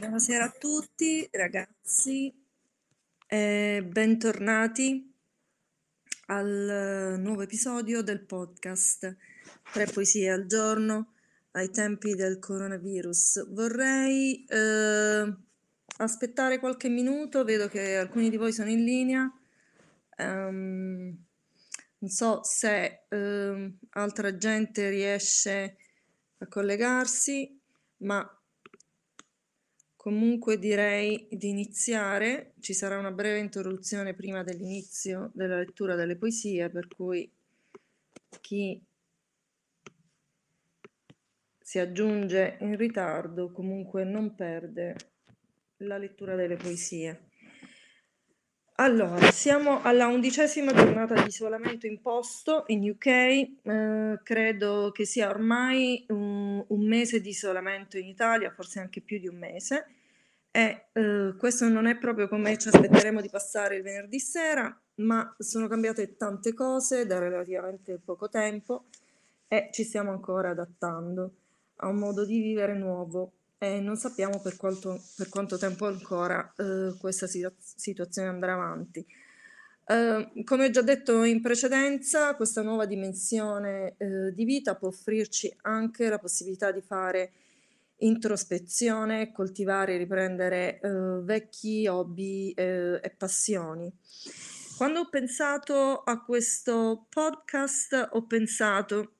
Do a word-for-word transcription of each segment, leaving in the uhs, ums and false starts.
Buonasera a tutti ragazzi e bentornati al eh, nuovo episodio del podcast Tre poesie al giorno ai tempi del coronavirus. Vorrei eh, aspettare qualche minuto, vedo che alcuni di voi sono in linea. Ehm, non so se ehm, altra gente riesce a collegarsi, ma comunque direi di iniziare. Ci sarà una breve introduzione prima dell'inizio della lettura delle poesie, per cui chi si aggiunge in ritardo comunque non perde la lettura delle poesie. Allora, siamo alla undicesima giornata di isolamento imposto in U K, eh, credo che sia ormai un, un mese di isolamento in Italia, forse anche più di un mese, e eh, questo non è proprio come ci aspetteremo di passare il venerdì sera, ma sono cambiate tante cose da relativamente poco tempo e ci stiamo ancora adattando a un modo di vivere nuovo e non sappiamo per quanto, per quanto tempo ancora eh, questa situa- situazione andrà avanti. Eh, come ho già detto in precedenza, questa nuova dimensione eh, di vita può offrirci anche la possibilità di fare introspezione, coltivare e riprendere eh, vecchi hobby eh, e passioni. Quando ho pensato a questo podcast, ho pensato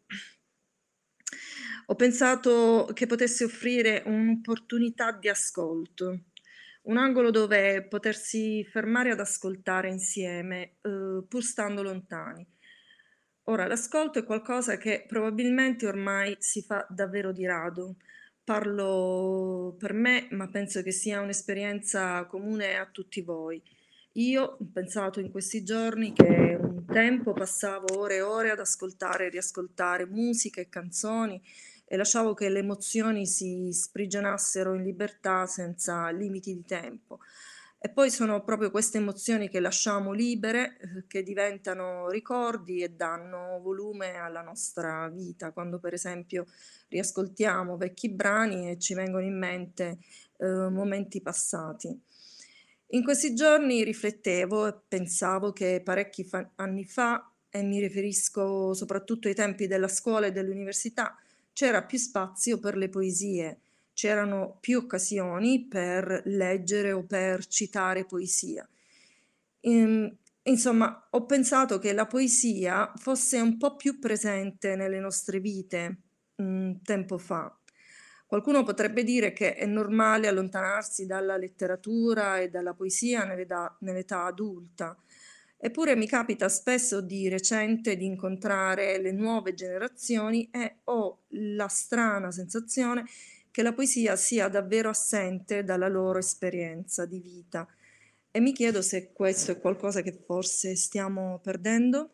ho pensato che potesse offrire un'opportunità di ascolto, un angolo dove potersi fermare ad ascoltare insieme, eh, pur stando lontani. Ora, l'ascolto è qualcosa che probabilmente ormai si fa davvero di rado. Parlo per me, ma penso che sia un'esperienza comune a tutti voi. Io ho pensato in questi giorni che un tempo passavo ore e ore ad ascoltare e riascoltare musica e canzoni e lasciavo che le emozioni si sprigionassero in libertà senza limiti di tempo. E poi sono proprio queste emozioni che lasciamo libere, eh, che diventano ricordi e danno volume alla nostra vita, quando per esempio riascoltiamo vecchi brani e ci vengono in mente eh, momenti passati. In questi giorni riflettevo e pensavo che parecchi fa- anni fa, e mi riferisco soprattutto ai tempi della scuola e dell'università, c'era più spazio per le poesie, c'erano più occasioni per leggere o per citare poesia. Ehm, insomma, ho pensato che la poesia fosse un po' più presente nelle nostre vite, mm, tempo fa. Qualcuno potrebbe dire che è normale allontanarsi dalla letteratura e dalla poesia nell'età, nell'età adulta. Eppure mi capita spesso di recente di incontrare le nuove generazioni e ho la strana sensazione che la poesia sia davvero assente dalla loro esperienza di vita. E mi chiedo se questo è qualcosa che forse stiamo perdendo.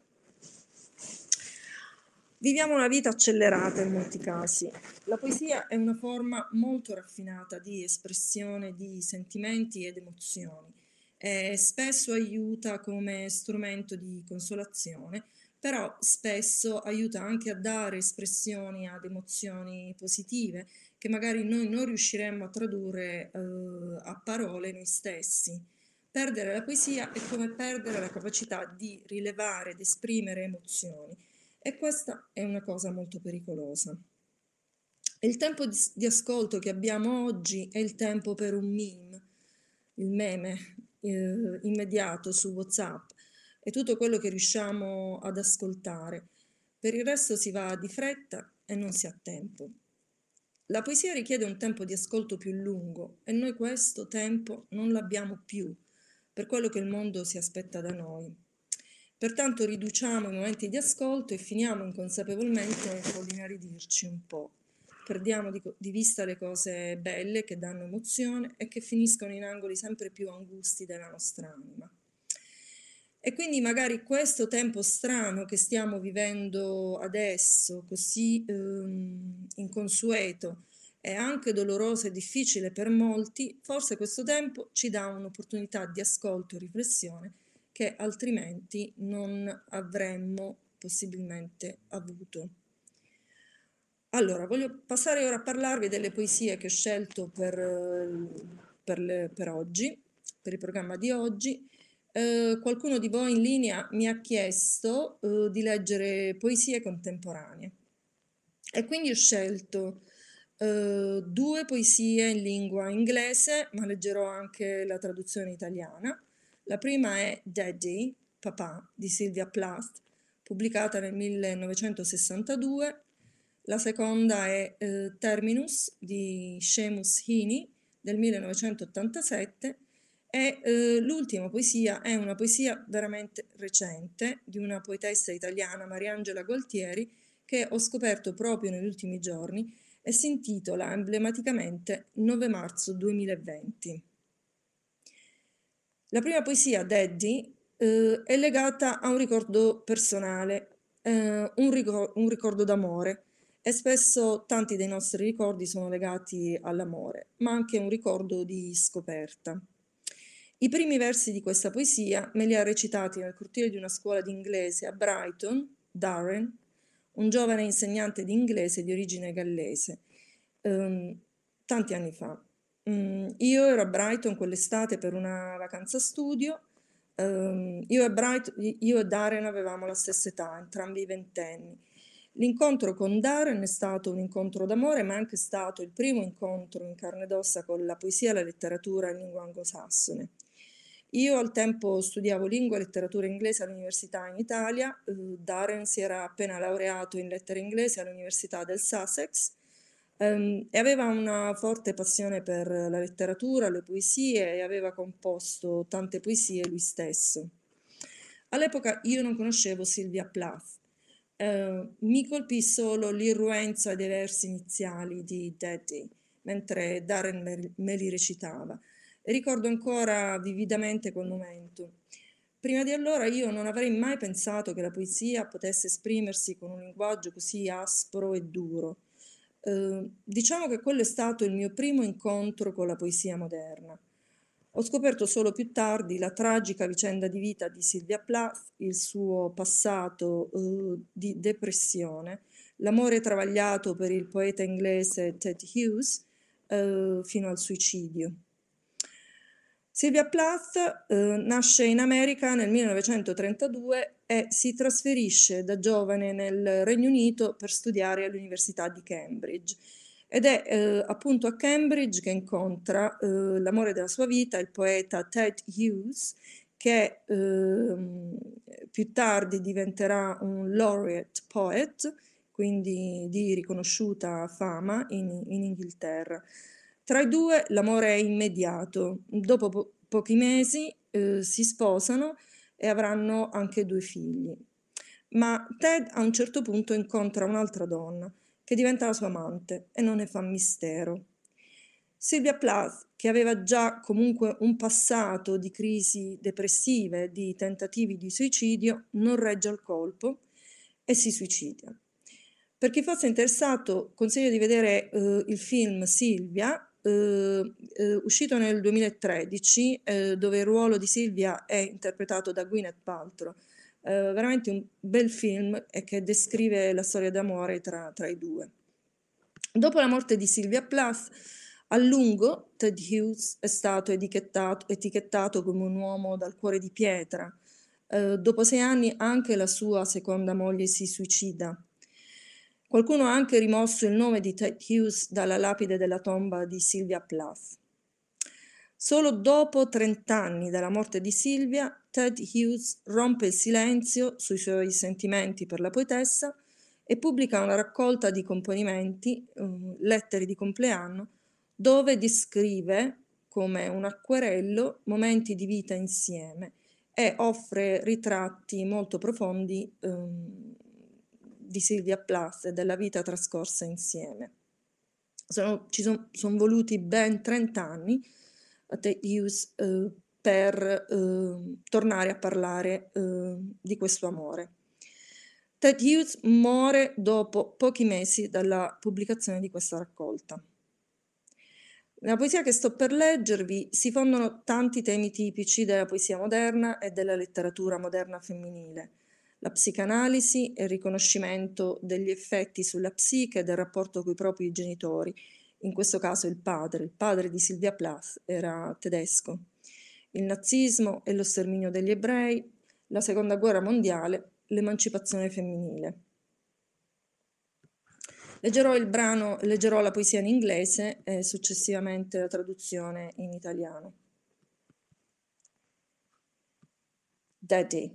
Viviamo una vita accelerata in molti casi. La poesia è una forma molto raffinata di espressione di sentimenti ed emozioni e spesso aiuta come strumento di consolazione, però spesso aiuta anche a dare espressioni ad emozioni positive che magari noi non riusciremmo a tradurre eh, a parole noi stessi. Perdere la poesia è come perdere la capacità di rilevare ed esprimere emozioni e questa è una cosa molto pericolosa. Il tempo di, di ascolto che abbiamo oggi è il tempo per un meme, il meme eh, immediato su WhatsApp, è tutto quello che riusciamo ad ascoltare. Per il resto si va di fretta e non si ha tempo. La poesia richiede un tempo di ascolto più lungo e noi questo tempo non l'abbiamo più, per quello che il mondo si aspetta da noi. Pertanto riduciamo i momenti di ascolto e finiamo inconsapevolmente con l'inaridirci un po'. Perdiamo di, di vista le cose belle che danno emozione e che finiscono in angoli sempre più angusti della nostra anima. E quindi magari questo tempo strano che stiamo vivendo adesso, così ehm, inconsueto e anche doloroso e difficile per molti, forse questo tempo ci dà un'opportunità di ascolto e riflessione che altrimenti non avremmo possibilmente avuto. Allora, voglio passare ora a parlarvi delle poesie che ho scelto per, eh, per le- per oggi, per il programma di oggi. Eh, qualcuno di voi in linea mi ha chiesto, eh, di leggere poesie contemporanee e quindi ho scelto, eh, due poesie in lingua inglese, ma leggerò anche la traduzione italiana. La prima è Daddy, Papà, di Sylvia Plath, pubblicata nel millenovecentosessantadue. La seconda è eh, Terminus di Seamus Heaney del millenovecentottantasette e eh, l'ultima poesia è una poesia veramente recente di una poetessa italiana, Mariangela Gualtieri, che ho scoperto proprio negli ultimi giorni e si intitola emblematicamente nove marzo duemilaventi. La prima poesia, Daddy, eh, è legata a un ricordo personale, eh, un, ricor- un ricordo d'amore, e spesso tanti dei nostri ricordi sono legati all'amore, ma anche un ricordo di scoperta. I primi versi di questa poesia me li ha recitati nel cortile di una scuola di inglese a Brighton, Darren, un giovane insegnante di inglese di origine gallese, ehm, tanti anni fa. Mm, io ero a Brighton quell'estate per una vacanza studio. Ehm, io, e Bright- io e Darren avevamo la stessa età, entrambi ventenni. L'incontro con Darren è stato un incontro d'amore, ma è anche stato il primo incontro in carne ed ossa con la poesia e la letteratura in lingua anglosassone. Io al tempo studiavo lingua e letteratura inglese all'università in Italia, eh, Darren si era appena laureato in lettere inglesi all'Università del Sussex, ehm, e aveva una forte passione per la letteratura, le poesie, e aveva composto tante poesie lui stesso. All'epoca io non conoscevo Sylvia Plath. Eh, mi colpì solo l'irruenza dei versi iniziali di Daddy, mentre Darren me, me li recitava. E ricordo ancora vividamente quel momento. Prima di allora io non avrei mai pensato che la poesia potesse esprimersi con un linguaggio così aspro e duro. Eh, diciamo che quello è stato il mio primo incontro con la poesia moderna. Ho scoperto solo più tardi la tragica vicenda di vita di Sylvia Plath, il suo passato eh, di depressione, l'amore travagliato per il poeta inglese Ted Hughes, eh, fino al suicidio. Sylvia Plath eh, nasce in America nel millenovecentotrentadue e si trasferisce da giovane nel Regno Unito per studiare all'Università di Cambridge. Ed è eh, appunto a Cambridge che incontra eh, l'amore della sua vita, il poeta Ted Hughes, che eh, più tardi diventerà un laureate poet, quindi di riconosciuta fama in, in Inghilterra. Tra i due l'amore è immediato. Dopo po- pochi mesi eh, si sposano e avranno anche due figli. Ma Ted a un certo punto incontra un'altra donna che diventa la sua amante e non ne fa mistero. Sylvia Plath, che aveva già comunque un passato di crisi depressive, di tentativi di suicidio, non regge al colpo e si suicida. Per chi fosse interessato, consiglio di vedere eh, il film Silvia, eh, eh, uscito nel duemilatredici, eh, dove il ruolo di Silvia è interpretato da Gwyneth Paltrow. Eh, veramente un bel film e che descrive la storia d'amore tra, tra i due. Dopo la morte di Sylvia Plath, a lungo Ted Hughes è stato etichettato, etichettato come un uomo dal cuore di pietra. Eh, dopo sei anni anche la sua seconda moglie si suicida. Qualcuno ha anche rimosso il nome di Ted Hughes dalla lapide della tomba di Sylvia Plath. Solo dopo trent'anni dalla morte di Sylvia, Ted Hughes rompe il silenzio sui suoi sentimenti per la poetessa e pubblica una raccolta di componimenti, eh, lettere di compleanno, dove descrive come un acquerello momenti di vita insieme e offre ritratti molto profondi ehm, di Sylvia Plath e della vita trascorsa insieme. Sono, ci sono son voluti ben trenta anni a Ted Hughes eh, per eh, tornare a parlare eh, di questo amore. Ted Hughes muore dopo pochi mesi dalla pubblicazione di questa raccolta. Nella poesia che sto per leggervi si fondono tanti temi tipici della poesia moderna e della letteratura moderna femminile. la psicanalisi e il riconoscimento degli effetti sulla psiche e del rapporto con i propri genitori, in questo caso il padre, il padre di Sylvia Plath era tedesco, il nazismo e lo sterminio degli ebrei, la seconda guerra mondiale, l'emancipazione femminile. Leggerò il brano, leggerò la poesia in inglese e successivamente la traduzione in italiano. Daddy,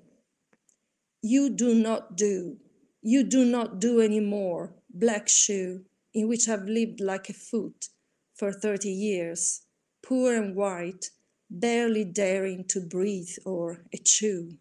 you do not do, you do not do anymore, black shoe, in which I've lived like a foot for thirty years, poor and white, barely daring to breathe or chew.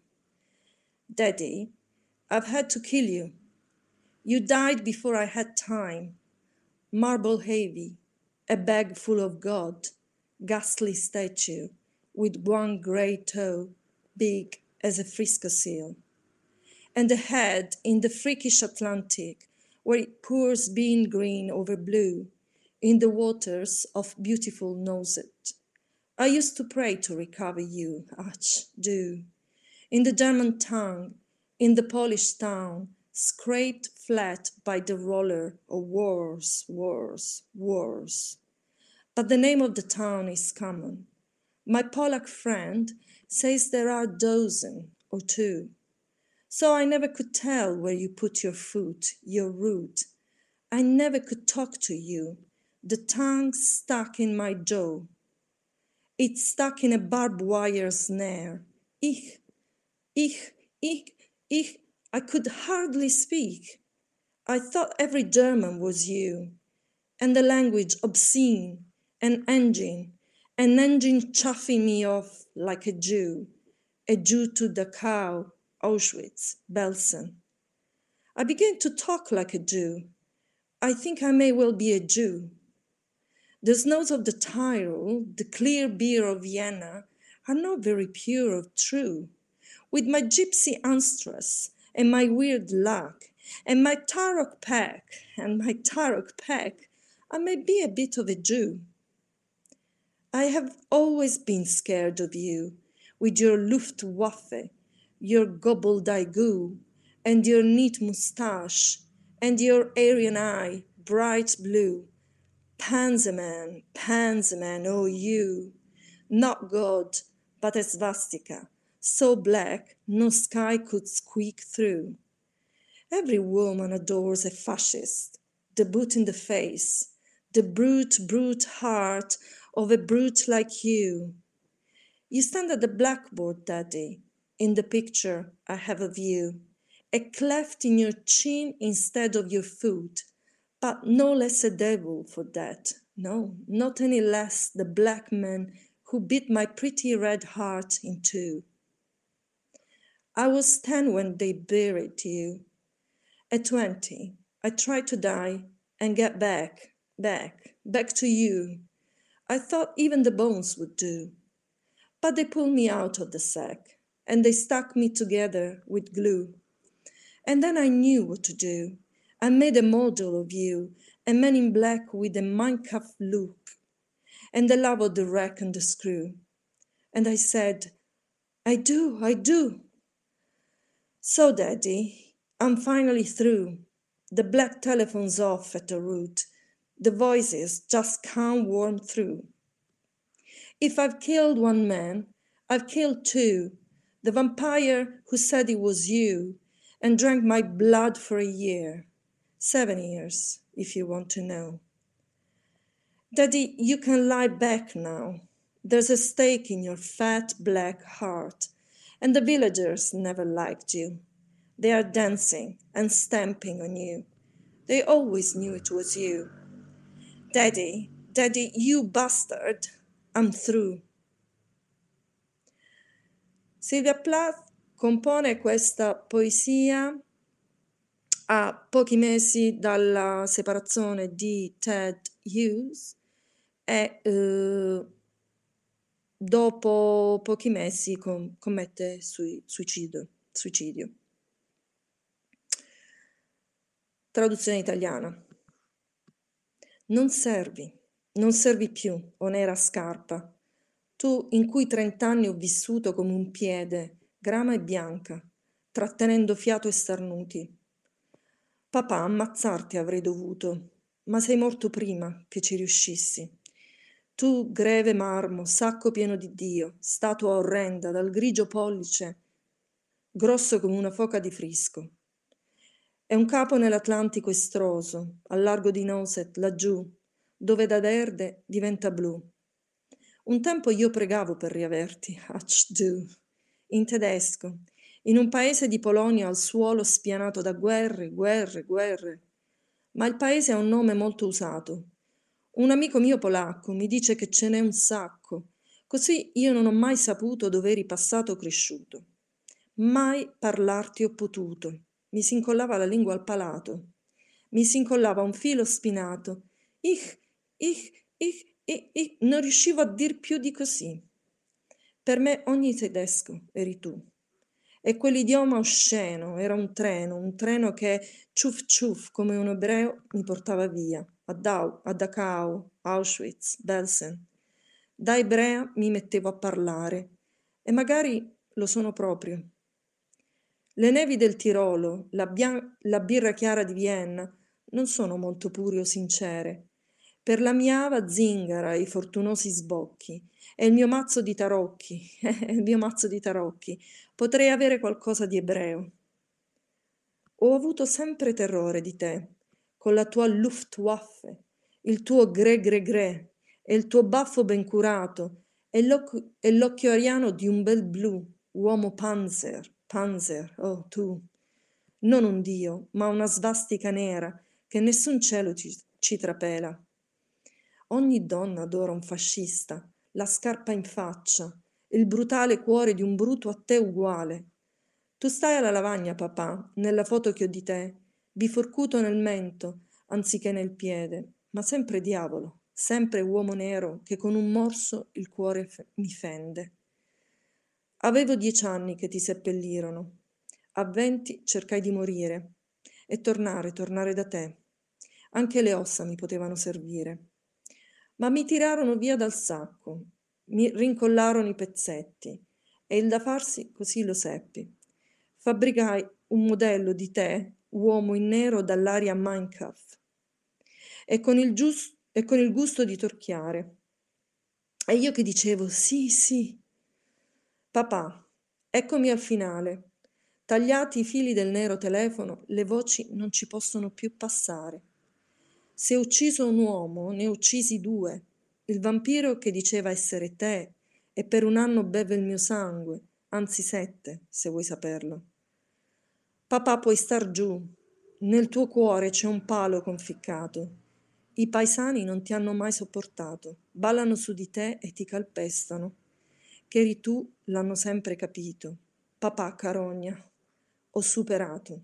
Daddy, I've had to kill you. You died before I had time. Marble heavy, a bag full of God, ghastly statue, with one grey toe, big as a Frisco seal. And a head in the freakish Atlantic, where it pours bean green over blue, in the waters of beautiful Nauset. I used to pray to recover you, ach, do. In the German tongue, in the Polish town, scraped flat by the roller of wars, wars, wars. But the name of the town is common. My Polak friend says there are a dozen or two. So I never could tell where you put your foot, your root. I never could talk to you. The tongue stuck in my jaw. It stuck in a barbed wire snare. Ich, ich, ich, ich, I could hardly speak. I thought every German was you, and the language obscene, an engine, an engine chuffing me off like a Jew, a Jew to Dachau, Auschwitz, Belsen. I began to talk like a Jew. I think I may well be a Jew. The snows of the Tyrol, the clear beer of Vienna, are not very pure or true. With my gypsy anstress and my weird luck, and my Tarok pack, and my Tarok pack, I may be a bit of a Jew. I have always been scared of you, with your Luftwaffe, your gobbledygoo, and your neat moustache, and your Aryan eye, bright blue. Panzerman, Panzerman, oh you, not God, but a swastika, so black no sky could squeak through. Every woman adores a fascist, the boot in the face, the brute, brute heart of a brute like you. You stand at the blackboard, Daddy. In the picture I have of you, a cleft in your chin instead of your foot, but no less a devil for that. No, not any less the black man who bit my pretty red heart in two. I was ten when they buried you. At twenty, I tried to die and get back, back, back to you. I thought even the bones would do. But they pulled me out of the sack, and they stuck me together with glue. And then I knew what to do. I made a model of you, a man in black with a Minecraft look, and the love of the rack and the screw. And I said, I do, I do. So, Daddy, I'm finally through. The black telephone's off at the root. The voices just can't warm through. If I've killed one man, I've killed two. The vampire who said it was you and drank my blood for a year. Seven years, if you want to know. Daddy, you can lie back now. There's a stake in your fat black heart, and the villagers never liked you. They are dancing and stamping on you. They always knew it was you. Daddy, Daddy, you bastard, I'm through. Sylvia Plath compone questa poesia a pochi mesi dalla separazione di Ted Hughes e eh, dopo pochi mesi com- commette sui- suicidio, suicidio. Traduzione italiana. Non servi, non servi più, o nera scarpa, tu in cui trent'anni ho vissuto come un piede, grama e bianca, trattenendo fiato e starnuti. Papà, ammazzarti avrei dovuto, ma sei morto prima che ci riuscissi. Tu, greve marmo, sacco pieno di Dio, statua orrenda dal grigio pollice, grosso come una foca di frisco. È un capo nell'Atlantico estroso, al largo di Nauset, laggiù, dove da verde diventa blu. Un tempo io pregavo per riaverti, Achdù, in tedesco, in un paese di Polonia al suolo spianato da guerre, guerre, guerre. Ma il paese ha un nome molto usato. Un amico mio polacco mi dice che ce n'è un sacco, così io non ho mai saputo dove eri passato o cresciuto. Mai parlarti ho potuto. Mi si incollava la lingua al palato. Mi si incollava un filo spinato. Ich, ich, ich, ich, ich. Non riuscivo a dir più di così. Per me ogni tedesco eri tu. E quell'idioma osceno era un treno, un treno che ciuf ciuf come un ebreo mi portava via, a, Dau, a Dachau, Auschwitz, Belsen. Da ebrea mi mettevo a parlare e magari lo sono proprio. Le nevi del Tirolo, la, bia- la birra chiara di Vienna non sono molto pure o sincere. Per la mia ava zingara i fortunosi sbocchi e il mio mazzo di tarocchi, il mio mazzo di tarocchi, potrei avere qualcosa di ebreo. Ho avuto sempre terrore di te, con la tua Luftwaffe, il tuo gre gre gre e il tuo baffo ben curato e l'oc- e l'occhio ariano di un bel blu, uomo Panzer, Panzer, oh tu, non un dio, ma una svastica nera che nessun cielo ci, ci trapela. Ogni donna adora un fascista, la scarpa in faccia, il brutale cuore di un bruto a te uguale. Tu stai alla lavagna, papà, nella foto che ho di te, biforcuto nel mento, anziché nel piede, ma sempre diavolo, sempre uomo nero che con un morso il cuore fe- mi fende. Avevo dieci anni che ti seppellirono. A venti cercai di morire e tornare, tornare da te. Anche le ossa mi potevano servire. Ma mi tirarono via dal sacco, mi rincollarono i pezzetti e il da farsi così lo seppi. Fabbricai un modello di te, uomo in nero dall'aria Mein Kampf, e con il, gius- e con il gusto di torchiare. E io che dicevo, sì, sì. Papà, eccomi al finale. Tagliati i fili del nero telefono, le voci non ci possono più passare. Se ho ucciso un uomo, ne ho uccisi due. Il vampiro che diceva essere te e per un anno beve il mio sangue, anzi sette, se vuoi saperlo. Papà, puoi star giù. Nel tuo cuore c'è un palo conficcato. I paesani non ti hanno mai sopportato, ballano su di te e ti calpestano. Che eri tu l'hanno sempre capito. Papà, carogna, ho superato.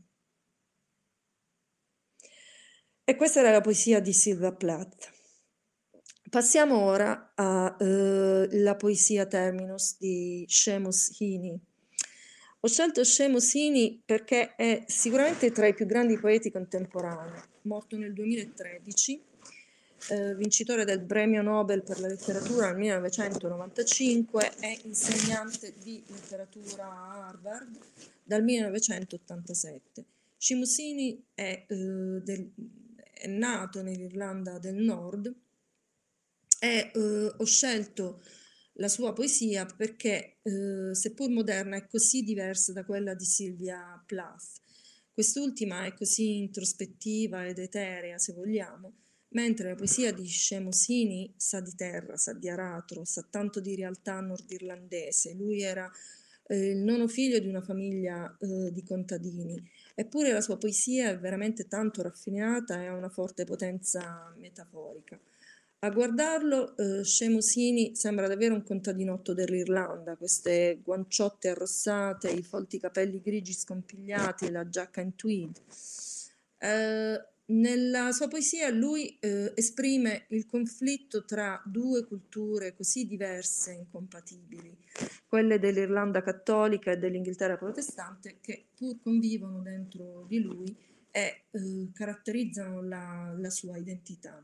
E questa era la poesia di Sylvia Plath. Passiamo ora alla poesia Terminus di Seamus Heaney. Ho scelto Seamus Heaney perché è sicuramente tra i più grandi poeti contemporanei, morto nel duemilatredici, eh, vincitore del premio Nobel per la letteratura nel millenovecentonovantacinque e insegnante di letteratura a Harvard dal millenovecentottantasette. Seamus Heaney è, eh, del, è nato nell'Irlanda del Nord e eh, ho scelto la sua poesia perché, eh, seppur moderna, è così diversa da quella di Sylvia Plath. Quest'ultima è così introspettiva ed eterea, se vogliamo, mentre la poesia di Seamus Heaney sa di terra, sa di aratro, sa tanto di realtà nordirlandese. Lui era eh, il nono figlio di una famiglia eh, di contadini, eppure la sua poesia è veramente tanto raffinata e ha una forte potenza metaforica. A guardarlo, eh, Seamus Heaney sembra davvero un contadinotto dell'Irlanda, queste guanciotte arrossate, i folti capelli grigi scompigliati, la giacca in tweed. Eh, nella sua poesia lui eh, esprime il conflitto tra due culture così diverse e incompatibili, quelle dell'Irlanda cattolica e dell'Inghilterra protestante, che pur convivono dentro di lui e eh, caratterizzano la, la sua identità.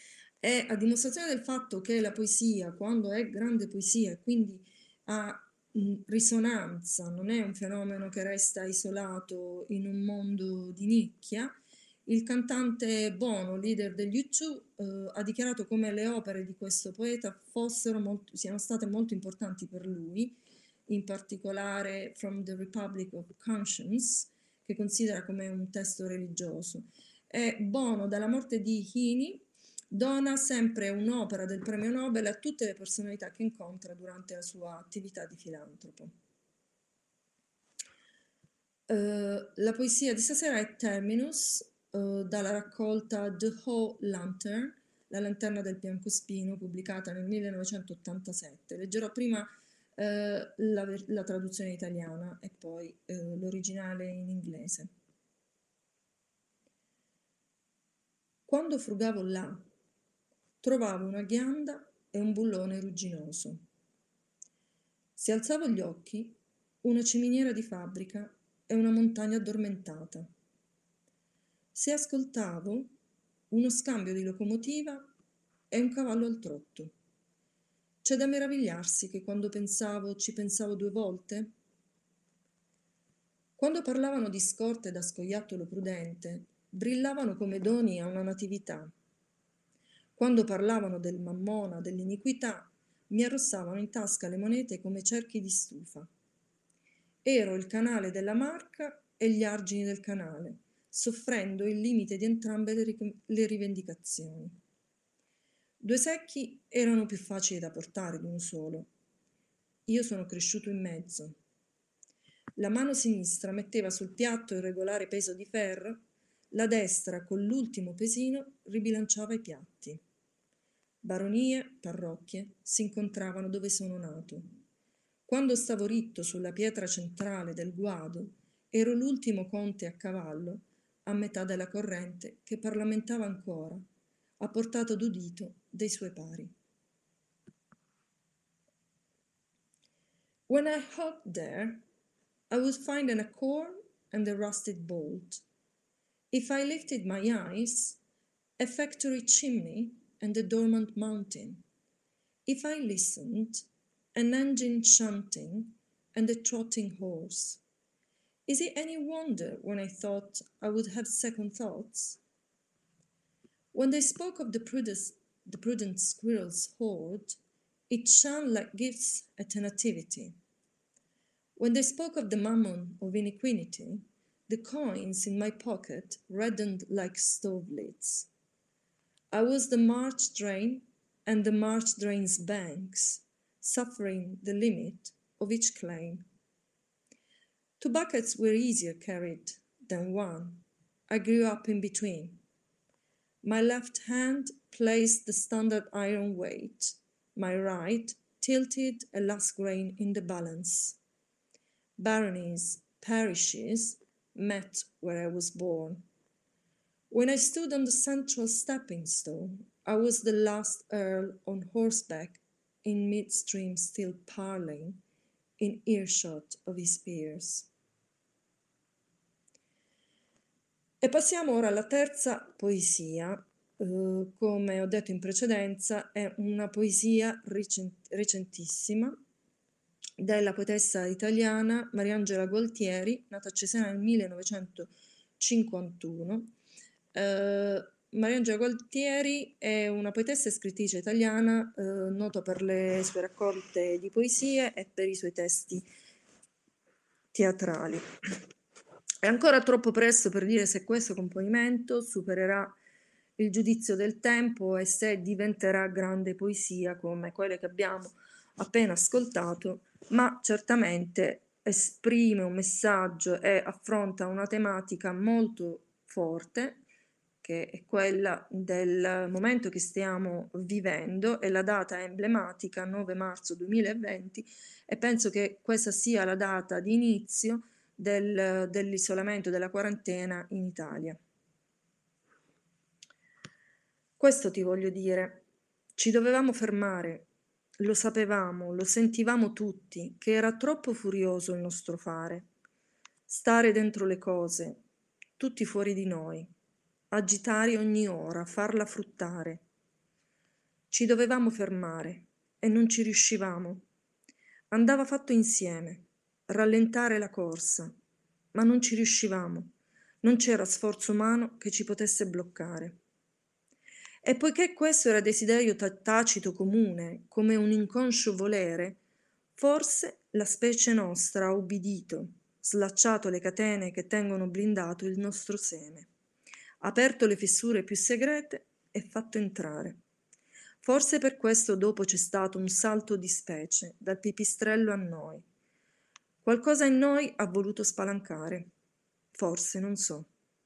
È a dimostrazione del fatto che la poesia, quando è grande poesia e quindi ha mh, risonanza, non è un fenomeno che resta isolato in un mondo di nicchia. Il cantante Bono, leader degli U due, eh, ha dichiarato come le opere di questo poeta fossero molto, siano state molto importanti per lui, in particolare From the Republic of Conscience, che considera come un testo religioso. E Bono, dalla morte di Heaney, dona sempre un'opera del premio Nobel a tutte le personalità che incontra durante la sua attività di filantropo. Uh, la poesia di stasera è Terminus, uh, dalla raccolta The Whole Lantern, La lanterna del biancospino, pubblicata nel millenovecentottantasette. Leggerò prima uh, la, la traduzione italiana e poi uh, l'originale in inglese. Quando frugavo là, trovavo una ghianda e un bullone rugginoso. Se alzavo gli occhi, una ciminiera di fabbrica e una montagna addormentata. Se ascoltavo, uno scambio di locomotiva e un cavallo al trotto. C'è da meravigliarsi che quando pensavo ci pensavo due volte. Quando parlavano di scorte da scoiattolo prudente, brillavano come doni a una natività. Quando parlavano del mammona, dell'iniquità, mi arrossavano in tasca le monete come cerchi di stufa. Ero il canale della Marca e gli argini del canale, soffrendo il limite di entrambe le, ri- le rivendicazioni. Due secchi erano più facili da portare di uno solo. Io sono cresciuto in mezzo. La mano sinistra metteva sul piatto il regolare peso di ferro, la destra, con l'ultimo pesino, ribilanciava i piatti. Baronie, parrocchie si incontravano dove sono nato. Quando stavo ritto sulla pietra centrale del guado, ero l'ultimo conte a cavallo, a metà della corrente, che parlamentava ancora, a portata d'udito dei suoi pari. When I hopped there, I would find an acorn and a rusted bolt. If I lifted my eyes, a factory chimney and a dormant mountain. If I listened, an engine chanting and a trotting horse. Is it any wonder when I thought I would have second thoughts? When they spoke of the prudent, the prudent squirrel's hoard, it shone like gifts at a nativity. When they spoke of the mammon of iniquity, the coins in my pocket reddened like stove lids. I was the March drain and the March drain's banks, suffering the limit of each claim. Two buckets were easier carried than one. I grew up in between. My left hand placed the standard iron weight. My right tilted a last grain in the balance. Baronies, parishes met where I was born. When I stood on the central stepping stone, I was the last earl on horseback in midstream still parleying, in earshot of his peers. E passiamo ora alla terza poesia. Uh, come ho detto in precedenza, è una poesia recent- recentissima della poetessa italiana Mariangela Gualtieri, nata a Cesena nel millenovecentocinquantuno. Uh, Mariangela Gualtieri è una poetessa e scrittrice italiana uh, nota per le sue raccolte di poesie e per i suoi testi teatrali. È ancora troppo presto per dire se questo componimento supererà il giudizio del tempo e se diventerà grande poesia come quelle che abbiamo appena ascoltato, ma certamente esprime un messaggio e affronta una tematica molto forte, che è quella del momento che stiamo vivendo, e la data è emblematica, nove marzo duemilaventi, e penso che questa sia la data di inizio del, dell'isolamento, della quarantena in Italia. Questo ti voglio dire, ci dovevamo fermare, lo sapevamo, lo sentivamo tutti, che era troppo furioso il nostro fare, stare dentro le cose, tutti fuori di noi, agitare ogni ora, farla fruttare. Ci dovevamo fermare e non ci riuscivamo. Andava fatto insieme, rallentare la corsa, ma non ci riuscivamo, non c'era sforzo umano che ci potesse bloccare. E poiché questo era desiderio ta- tacito comune, come un inconscio volere, forse la specie nostra ha ubbidito, slacciato le catene che tengono blindato il nostro seme, aperto le fessure più segrete e fatto entrare. Forse per questo dopo c'è stato un salto di specie, dal pipistrello a noi. Qualcosa in noi ha voluto spalancare. Forse, non so.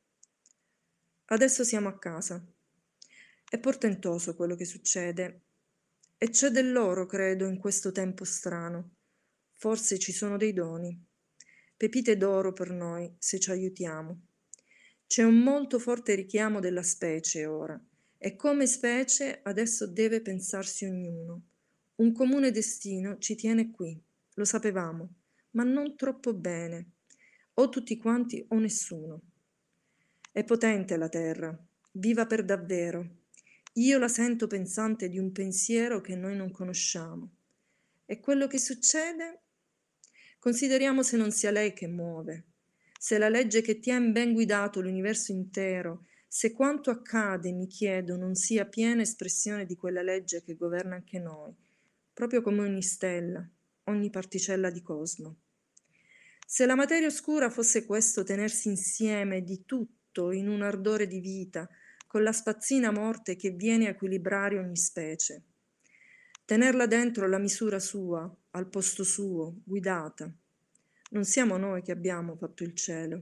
Adesso siamo a casa. È portentoso quello che succede. E c'è dell'oro, credo, in questo tempo strano. Forse ci sono dei doni. Pepite d'oro per noi, se ci aiutiamo. C'è un molto forte richiamo della specie ora. E come specie adesso deve pensarsi ognuno. Un comune destino ci tiene qui, lo sapevamo, ma non troppo bene. O tutti quanti o nessuno. È potente la terra, viva per davvero. Io la sento pensante di un pensiero che noi non conosciamo. E quello che succede? Consideriamo se non sia lei che muove, se la legge che tiene ben guidato l'universo intero, se quanto accade, mi chiedo, non sia piena espressione di quella legge che governa anche noi, proprio come ogni stella, ogni particella di cosmo. Se la materia oscura fosse questo tenersi insieme di tutto in un ardore di vita, con la spazzina morte che viene a equilibrare ogni specie. Tenerla dentro la misura sua, al posto suo, guidata. Non siamo noi che abbiamo fatto il cielo.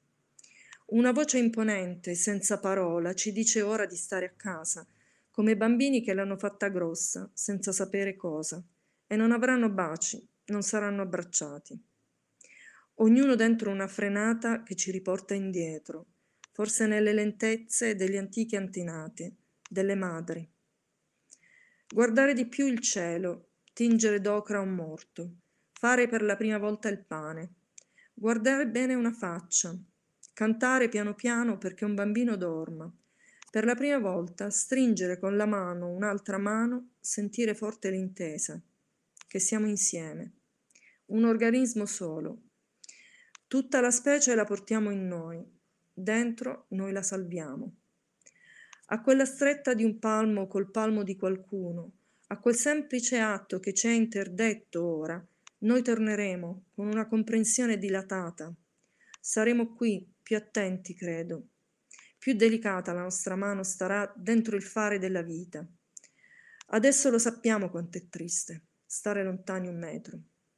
Una voce imponente, senza parola, ci dice ora di stare a casa, come bambini che l'hanno fatta grossa, senza sapere cosa, e non avranno baci, non saranno abbracciati. Ognuno dentro una frenata che ci riporta indietro, forse nelle lentezze degli antichi antenati, delle madri. Guardare di più il cielo, tingere d'ocra un morto, fare per la prima volta il pane, guardare bene una faccia, cantare piano piano perché un bambino dorma, per la prima volta stringere con la mano un'altra mano, sentire forte l'intesa, che siamo insieme, un organismo solo. Tutta la specie la portiamo in noi, dentro noi la salviamo. A quella stretta di un palmo col palmo di qualcuno, a quel semplice atto che ci è interdetto ora, noi torneremo con una comprensione dilatata. Saremo qui, più attenti, credo. Più delicata la nostra mano starà dentro il fare della vita. Adesso lo sappiamo quanto è triste, stare lontani un metro.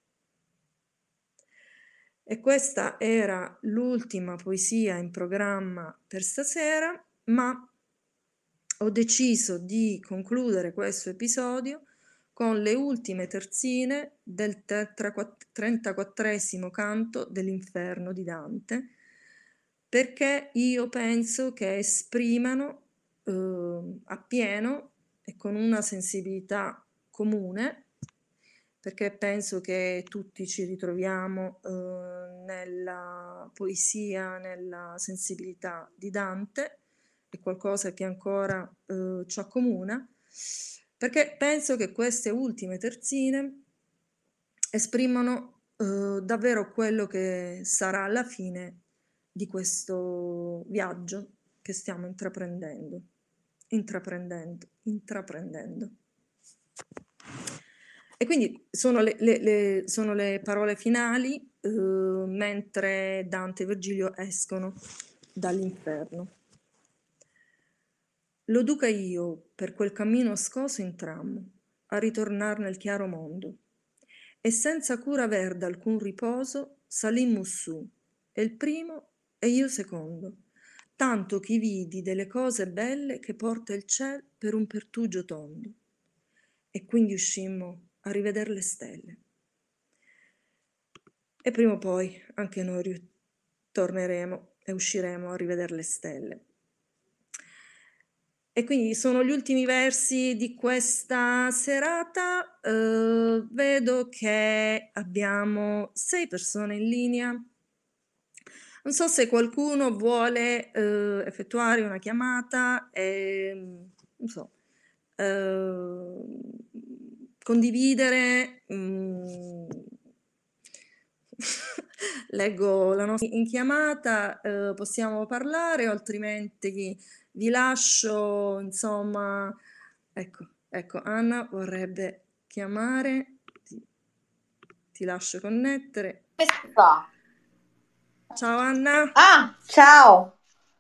E questa era l'ultima poesia in programma per stasera, ma ho deciso di concludere questo episodio con le ultime terzine del trentaquattresimo canto dell'Inferno di Dante, perché io penso che esprimano eh, appieno e con una sensibilità comune, perché penso che tutti ci ritroviamo eh, nella poesia, nella sensibilità di Dante, è qualcosa che ancora eh, ci accomuna, perché penso che queste ultime terzine esprimono eh, davvero quello che sarà alla fine di questo viaggio che stiamo intraprendendo, intraprendendo, intraprendendo. E quindi sono le, le, le, sono le parole finali eh, mentre Dante e Virgilio escono dall'inferno. Lo duca io, per quel cammino scoso intrammo, a ritornar nel chiaro mondo, e senza cura aver d'alcun riposo, salimmo su, e il primo e io secondo, tanto chi vidi delle cose belle che porta il ciel per un pertugio tondo. E quindi uscimmo a rivedere le stelle. E prima o poi anche noi torneremo e usciremo a rivedere le stelle. E quindi sono gli ultimi versi di questa serata. Eh, vedo che abbiamo sei persone in linea. Non so se qualcuno vuole eh, effettuare una chiamata e, non so, eh, condividere mh, leggo la nostra in chiamata, eh, possiamo parlare o altrimenti vi lascio, insomma, ecco, ecco, Anna vorrebbe chiamare, ti, ti lascio connettere. Che si fa? Ciao Anna. Ah, ciao.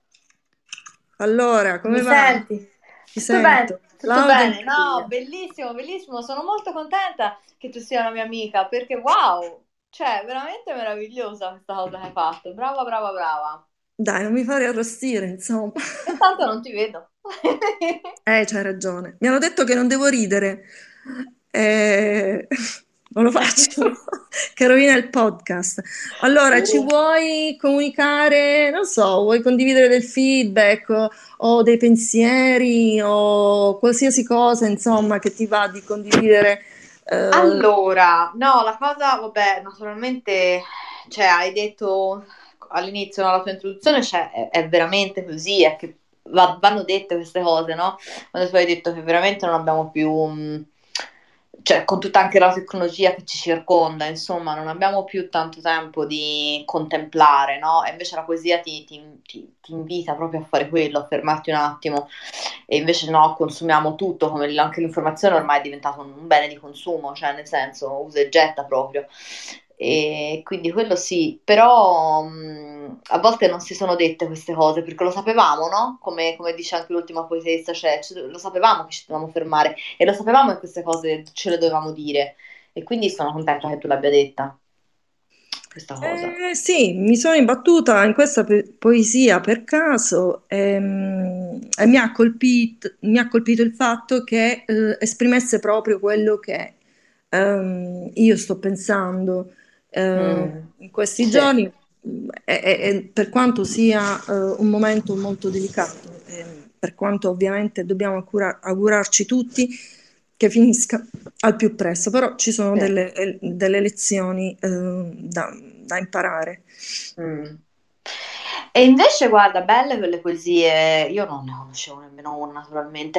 Allora, come Mi va? senti? Ti Tutto bene, sento, tutto laudo e bene. No, clear. bellissimo, bellissimo. Sono molto contenta che tu sia una mia amica perché wow, cioè, veramente meravigliosa questa cosa che hai fatto. Brava, brava, brava. Dai, non mi fare arrostire, insomma. E tanto non ti vedo. Eh, c'hai ragione. Mi hanno detto che non devo ridere. Eh, non lo faccio, che rovina il podcast. Allora, ci vuoi comunicare, non so, vuoi condividere del feedback o, o dei pensieri o qualsiasi cosa, insomma, che ti va di condividere? Eh, Allora, no, la cosa, vabbè, naturalmente, cioè, hai detto all'inizio, no, la tua introduzione, cioè, è, è veramente così, è che va- vanno dette queste cose, no? Quando tu hai detto che veramente non abbiamo più, mh, cioè, con tutta anche la tecnologia che ci circonda, insomma, non abbiamo più tanto tempo di contemplare, no? E invece la poesia ti, ti- ti- ti invita proprio a fare quello, a fermarti un attimo e invece no, consumiamo tutto, come l- anche l'informazione ormai è diventato un bene di consumo, cioè nel senso usa e getta proprio. E quindi quello sì, però mh, a volte non si sono dette queste cose perché lo sapevamo, no? Come, come dice anche l'ultima poetessa, cioè ci- lo sapevamo che ci dovevamo fermare e lo sapevamo che queste cose ce le dovevamo dire e quindi sono contenta che tu l'abbia detta, questa cosa. Eh, sì, mi sono imbattuta in questa pe- poesia per caso ehm, e, mi ha colpito, mi ha colpito il fatto che eh, esprimesse proprio quello che ehm, io sto pensando eh, Mm, in questi sì. giorni, mm, e, e- e per quanto sia eh, un momento molto delicato, ehm, per quanto ovviamente dobbiamo augura- augurarci tutti che finisca al più presto, però ci sono Sì. delle, eh, delle lezioni eh, da, da imparare. Mm. E invece, guarda, belle quelle poesie, io non ne conoscevo nemmeno una, naturalmente.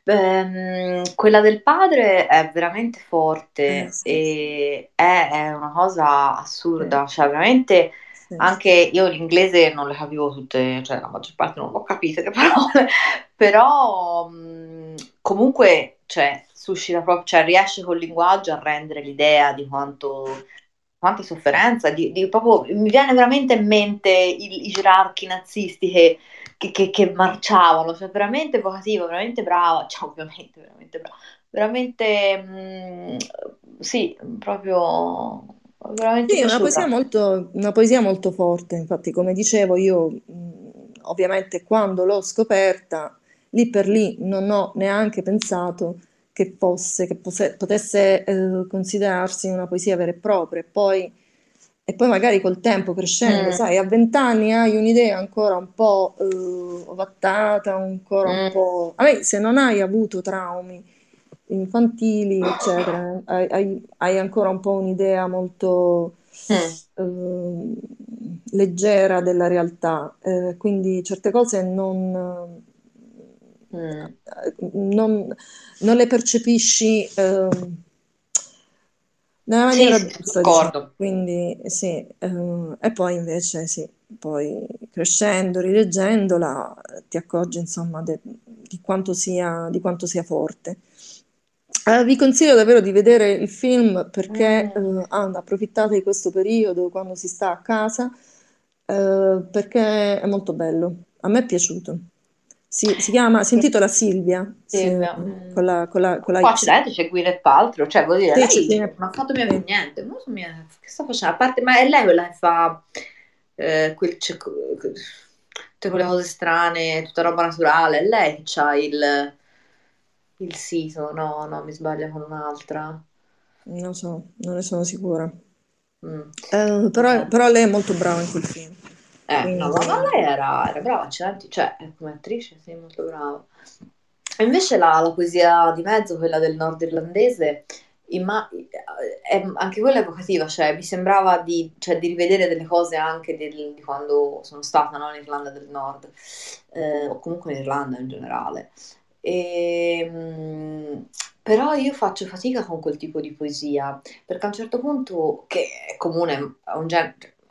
Ehm, quella del padre è veramente Eh, forte sì, e è, è una cosa sì, assurda, cioè veramente sì. anche io l'inglese non le capivo tutte, cioè la maggior parte non l'ho capite le parole, però mh, comunque, cioè, suscita proprio, cioè riesce col linguaggio a rendere l'idea di quanto quanta sofferenza, di, di proprio, mi viene veramente in mente il- i gerarchi nazisti che, che- che- che marciavano, cioè veramente evocativa, veramente brava, cioè ovviamente veramente brava, veramente, mm, sì, proprio, veramente Sì, è una poesia piaciuta. molto, una poesia molto forte, infatti come dicevo io, mh, ovviamente quando l'ho scoperta, lì per lì non ho neanche pensato che fosse, che posse- potesse eh, considerarsi una poesia vera e propria. E poi, e poi magari col tempo crescendo, Mm, sai, a vent'anni hai un'idea ancora un po' eh, ovattata, ancora un mm, po'... A me, se non hai avuto traumi infantili, eccetera, hai, hai- hai ancora un po' un'idea molto mm, eh, leggera della realtà, eh, quindi certe cose non, mm. eh, non- non le percepisci eh, nella Sì, maniera sì, sono giusta, diciamo. d'accordo. Quindi sì, eh, e poi invece sì, poi crescendo, rileggendola, ti accorgi insomma de- di quanto sia, di quanto sia forte. Eh, vi consiglio davvero di vedere il film perché Mm, eh, ah, approfittate di questo periodo quando si sta a casa eh, perché è molto bello. A me è piaciuto. Si, si chiama, si intitola Silvia, si- Silvia, mm. con la, con la, con la Qua Y. accidenti c'è Gwyneth Paltrow, cioè vuol dire, Sì, c'è lei Gwyneth- non ha fatto mica più sì. niente, non so mica che sta facendo, a parte, ma è lei quella che fa eh, quel, c'è- tutte quelle cose strane, tutta roba naturale, è lei che ha il, il sito, no, no, mi sbaglio con un'altra. Non so, non ne sono sicura. Mm, Eh, però, vabbè. però lei è molto brava in quel film. Eh, no, ma, ma Quindi, lei era, era brava, accidenti, cioè, eh, come attrice, sì, molto brava. E invece la, la poesia di mezzo, quella del nord irlandese, imma- è, anche quella è evocativa, cioè mi sembrava di, cioè, di rivedere delle cose anche del- di quando sono stata, no, in Irlanda del Nord, eh, o comunque in Irlanda in generale. E, mm, però io faccio fatica con quel tipo di poesia, perché a un certo punto, che è comune a un genere,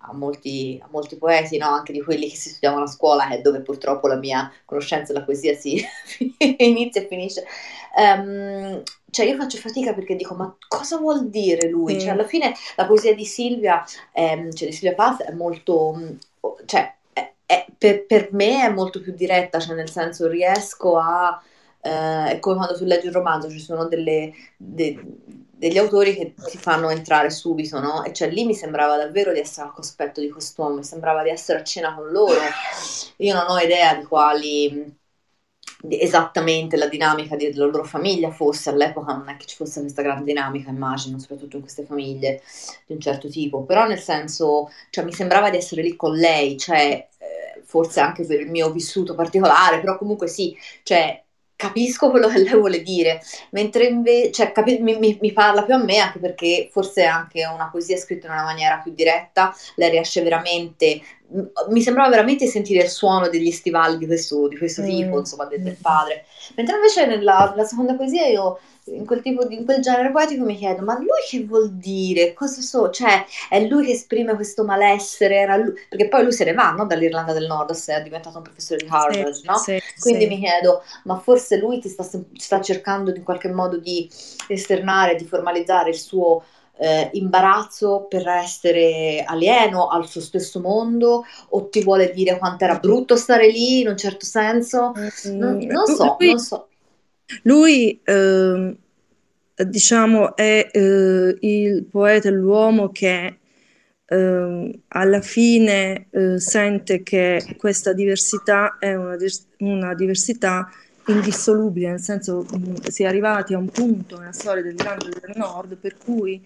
a molti, a molti poeti, no? Anche di quelli che si studiavano a scuola, è dove purtroppo la mia conoscenza della poesia si inizia e finisce. Um, cioè io faccio fatica perché dico, ma cosa vuol dire lui? Cioè Sì. alla fine la poesia di Silvia, ehm, cioè di Silvia Plath è molto, cioè è- è- per, per me è molto più diretta, cioè nel senso riesco a, eh, è come quando tu leggi un romanzo, ci sono delle, de- degli autori che ti fanno entrare subito, no? E cioè lì mi sembrava davvero di essere al cospetto di quest'uomo, mi sembrava di essere a cena con loro. Io non ho idea di quali di- esattamente la dinamica di- della loro famiglia fosse, all'epoca non è che ci fosse questa grande dinamica, immagino, soprattutto in queste famiglie di un certo tipo, però nel senso, cioè mi sembrava di essere lì con lei, cioè eh, forse anche per il mio vissuto particolare, però comunque sì, cioè capisco quello che lei vuole dire, mentre invece, cioè, capi- mi, mi- mi parla più a me anche perché forse è anche una poesia scritta in una maniera più diretta, lei riesce veramente, mi sembrava veramente di sentire il suono degli stivali di questo, di questo tipo, Mm, insomma, de- del mm. padre. Mentre invece nella, nella seconda poesia io, in quel tipo di, in quel genere poetico mi chiedo, ma lui che vuol dire? Cosa so? Cioè, è lui che esprime questo malessere? Era lui? Perché poi lui se ne va, no? Dall'Irlanda del Nord, se è diventato un professore di Sì, Harvard, no? sì, Quindi sì. mi chiedo, ma forse lui ti sta, sem- sta cercando in qualche modo di esternare, di formalizzare il suo eh, imbarazzo per essere alieno al suo stesso mondo, o ti vuole dire quanto era brutto stare lì in un certo senso? Non, Mm, non lu- so, lui, non so. lui, ehm, diciamo, è eh, il poeta, l'uomo che ehm, alla fine eh, sente che questa diversità è una, dis- una diversità indissolubile, nel senso mm, si è arrivati a un punto nella storia dell'Irlanda del Nord per cui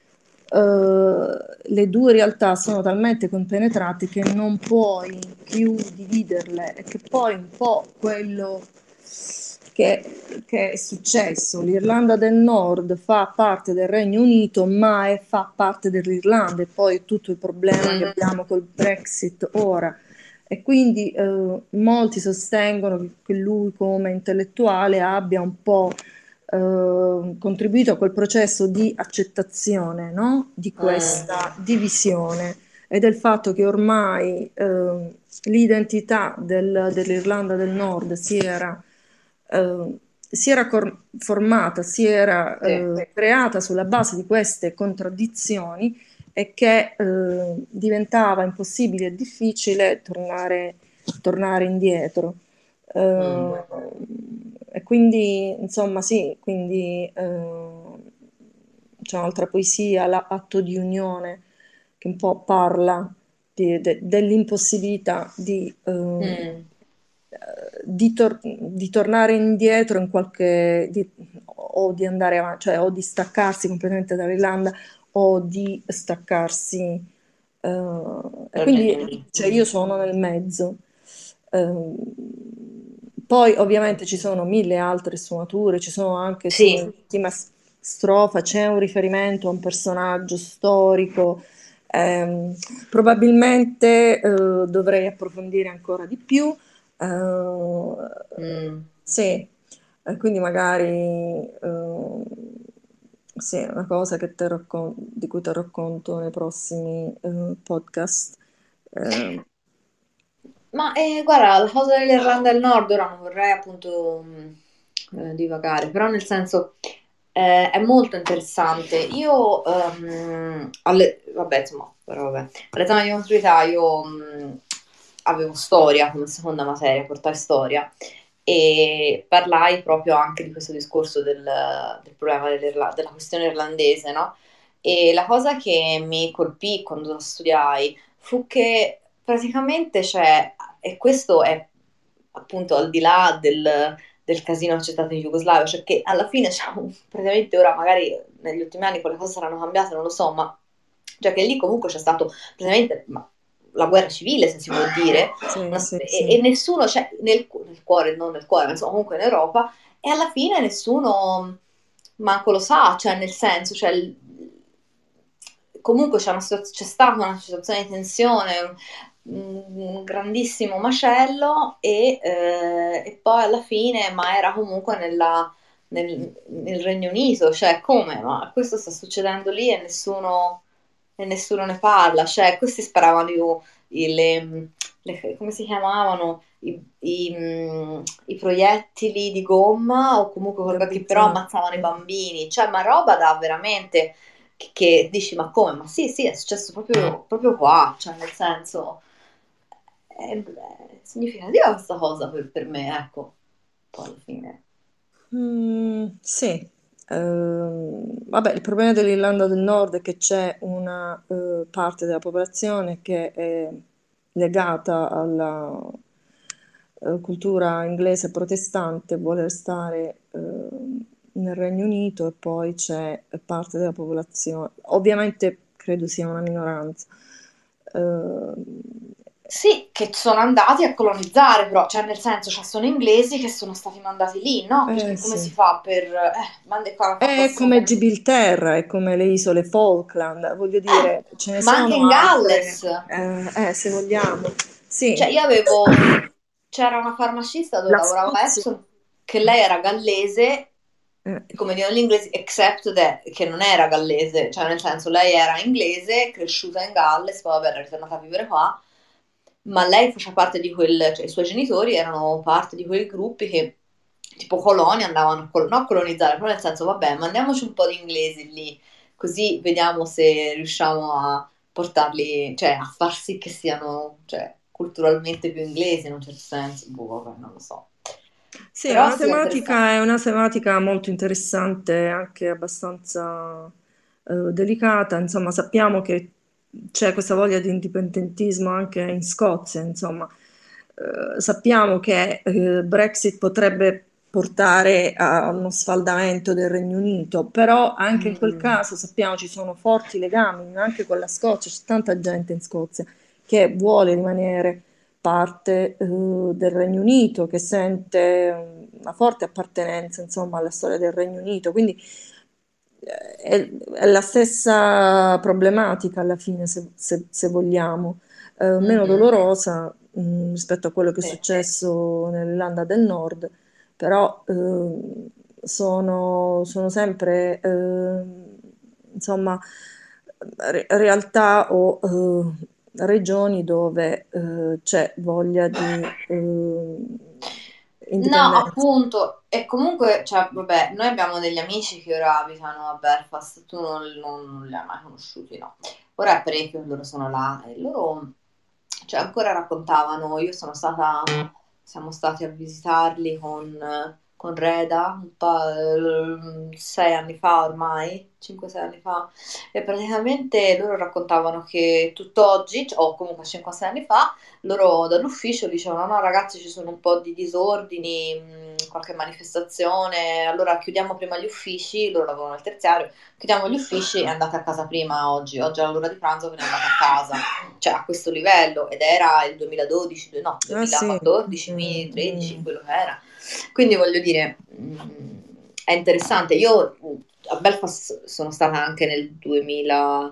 eh, le due realtà sono talmente compenetrate che non puoi più dividerle e che poi un po' quello che, che è successo. L'Irlanda del Nord fa parte del Regno Unito, ma è, fa parte dell'Irlanda e poi tutto il problema che abbiamo col Brexit ora. E quindi eh, molti sostengono che, che lui come intellettuale abbia un po' eh, contribuito a quel processo di accettazione, no? Di Mm, questa divisione e del fatto che ormai eh, l'identità del- dell'Irlanda del Nord si era, eh, si era cor- formata, si era sì. eh, creata sulla base di queste contraddizioni e che eh, diventava impossibile e difficile tornare, tornare indietro. Mm, Eh, e quindi, insomma, sì, quindi eh, c'è un'altra poesia, l'atto di unione, che un po' parla di- de- dell'impossibilità di, eh, mm, di, tor- di tornare indietro in qualche, di- o di andare avanti, cioè o di staccarsi completamente dall'Irlanda o di staccarsi. eh, e dal Regno quindi Unito. cioè, io sono nel mezzo. Ehm, Poi ovviamente ci sono mille altre sfumature, ci sono anche Sì. sull'ultima s- strofa, c'è un riferimento a un personaggio storico. Ehm, probabilmente eh, dovrei approfondire ancora di più. Eh, Mm. sì, e quindi magari eh, sì, è una cosa che te raccon- di cui ti racconto nei prossimi eh, podcast. Eh, Ma eh, guarda, la cosa dell'Irlanda del Nord, ora non vorrei appunto mh, eh, divagare, però nel senso eh, è molto interessante. Io, ehm, alle- vabbè, insomma, però vabbè, all'esame di maturità io mh, avevo storia come seconda materia, portai storia e parlai proprio anche di questo discorso del, del problema dell'Irla- della questione irlandese, no? E la cosa che mi colpì quando la studiai fu che praticamente c'è, e questo è appunto al di là del, del casino c'è stato in Jugoslavia, cioè che alla fine c'è un- praticamente ora magari negli ultimi anni quelle cose saranno cambiate, non lo so, ma cioè che lì comunque c'è stato praticamente ma, la guerra civile, se si può dire, sì, una- sì, e, sì. e nessuno, cioè nel, nel cuore, non nel cuore, ma insomma comunque in Europa, e alla fine nessuno manco lo sa, cioè nel senso, cioè, il- comunque c'è, una situaz- c'è stata una situazione di tensione, un, un grandissimo macello e, eh, e poi alla fine, ma era comunque nella- nel, nel Regno Unito, cioè come? Ma questo sta succedendo lì e nessuno, e nessuno ne parla, cioè questi sparavano io- i- le, le- come si chiamavano? I, i, mm, i proiettili di gomma o comunque qualcosa che però Gabbizzà. ammazzavano i bambini, cioè ma roba da veramente che, che dici ma come? Ma sì, sì, è successo proprio, proprio qua, cioè nel senso è, è significativa questa cosa per, per me, ecco, poi alla fine. Mm, sì. Ehm, vabbè, il problema dell'Irlanda del Nord è che c'è una eh, parte della popolazione che è legata alla eh, cultura inglese protestante, vuole restare eh, nel Regno Unito, e poi c'è parte della popolazione, ovviamente credo sia una minoranza. Ehm, Sì, che sono andati a colonizzare, però, cioè nel senso, cioè, sono inglesi che sono stati mandati lì, no? eh Perché come sì. si fa per... Eh, mandi qua hanno fatto È come assolutamente... Gibilterra, è come le isole Falkland, voglio Eh, dire, ce ne ma anche sono in altre, Galles. eh, eh, se vogliamo. Cioè, Sì, io avevo... C'era una farmacista dove la lavoravo a Scozia. Epsom, che lei era gallese, eh, come dicono gli inglesi, except that, che non era gallese, cioè nel senso, lei era inglese, cresciuta in Galles, poi vabbè, era ritornata a vivere qua, ma lei faceva parte di quel, cioè i suoi genitori erano parte di quei gruppi che tipo coloni andavano a, col- no a colonizzare, però nel senso, vabbè, mandiamoci un po' di inglesi lì, così vediamo se riusciamo a portarli, cioè a far sì che siano, cioè, culturalmente più inglesi in un certo senso, boh, vabbè, non lo so. Sì, è Però una sì, è interessante. tematica, è una tematica molto interessante, anche abbastanza eh, delicata. Insomma, sappiamo che c'è questa voglia di indipendentismo anche in Scozia. Insomma, Eh, sappiamo che eh, Brexit potrebbe portare a uno sfaldamento del Regno Unito, però anche in quel Mm. caso sappiamo ci sono forti legami anche con la Scozia, c'è tanta gente in Scozia che vuole rimanere parte eh, del Regno Unito, che sente una forte appartenenza, insomma, alla storia del Regno Unito. Quindi eh, è, è la stessa problematica alla fine, se, se- se vogliamo, eh, meno Mhm. dolorosa mh, rispetto a quello che è Sì. successo nell'Irlanda del Nord, però eh, sono, sono sempre, eh, insomma, re- realtà o eh, regioni dove eh, c'è voglia di eh, No, indipendenza. appunto, e comunque, cioè, vabbè, noi abbiamo degli amici che ora abitano a Belfast, tu non, non- non li hai mai conosciuti, no? Ora è parecchio che loro sono là e loro, cioè, ancora raccontavano, io sono stata, siamo stati a visitarli con, con Reda un pa- eh, sei anni fa ormai, cinque sei anni fa, e praticamente loro raccontavano che tutt'oggi, cioè, o comunque cinque sei anni fa, loro dall'ufficio dicevano: no, ragazzi, ci sono un po' di disordini, mh, qualche manifestazione. Allora chiudiamo prima gli uffici. Loro lavorano al terziario. Chiudiamo gli uffici e andate a casa prima oggi. Oggi è l'ora di pranzo, ve ne andate a casa. Cioè, a questo livello. Ed era il duemiladodici, no, Ah sì, duemilaquattordici, mm, quindi tredici, mm. quello che era. Quindi voglio dire, mh, è interessante. Io mh, a Belfast sono stata anche nel duemiladue,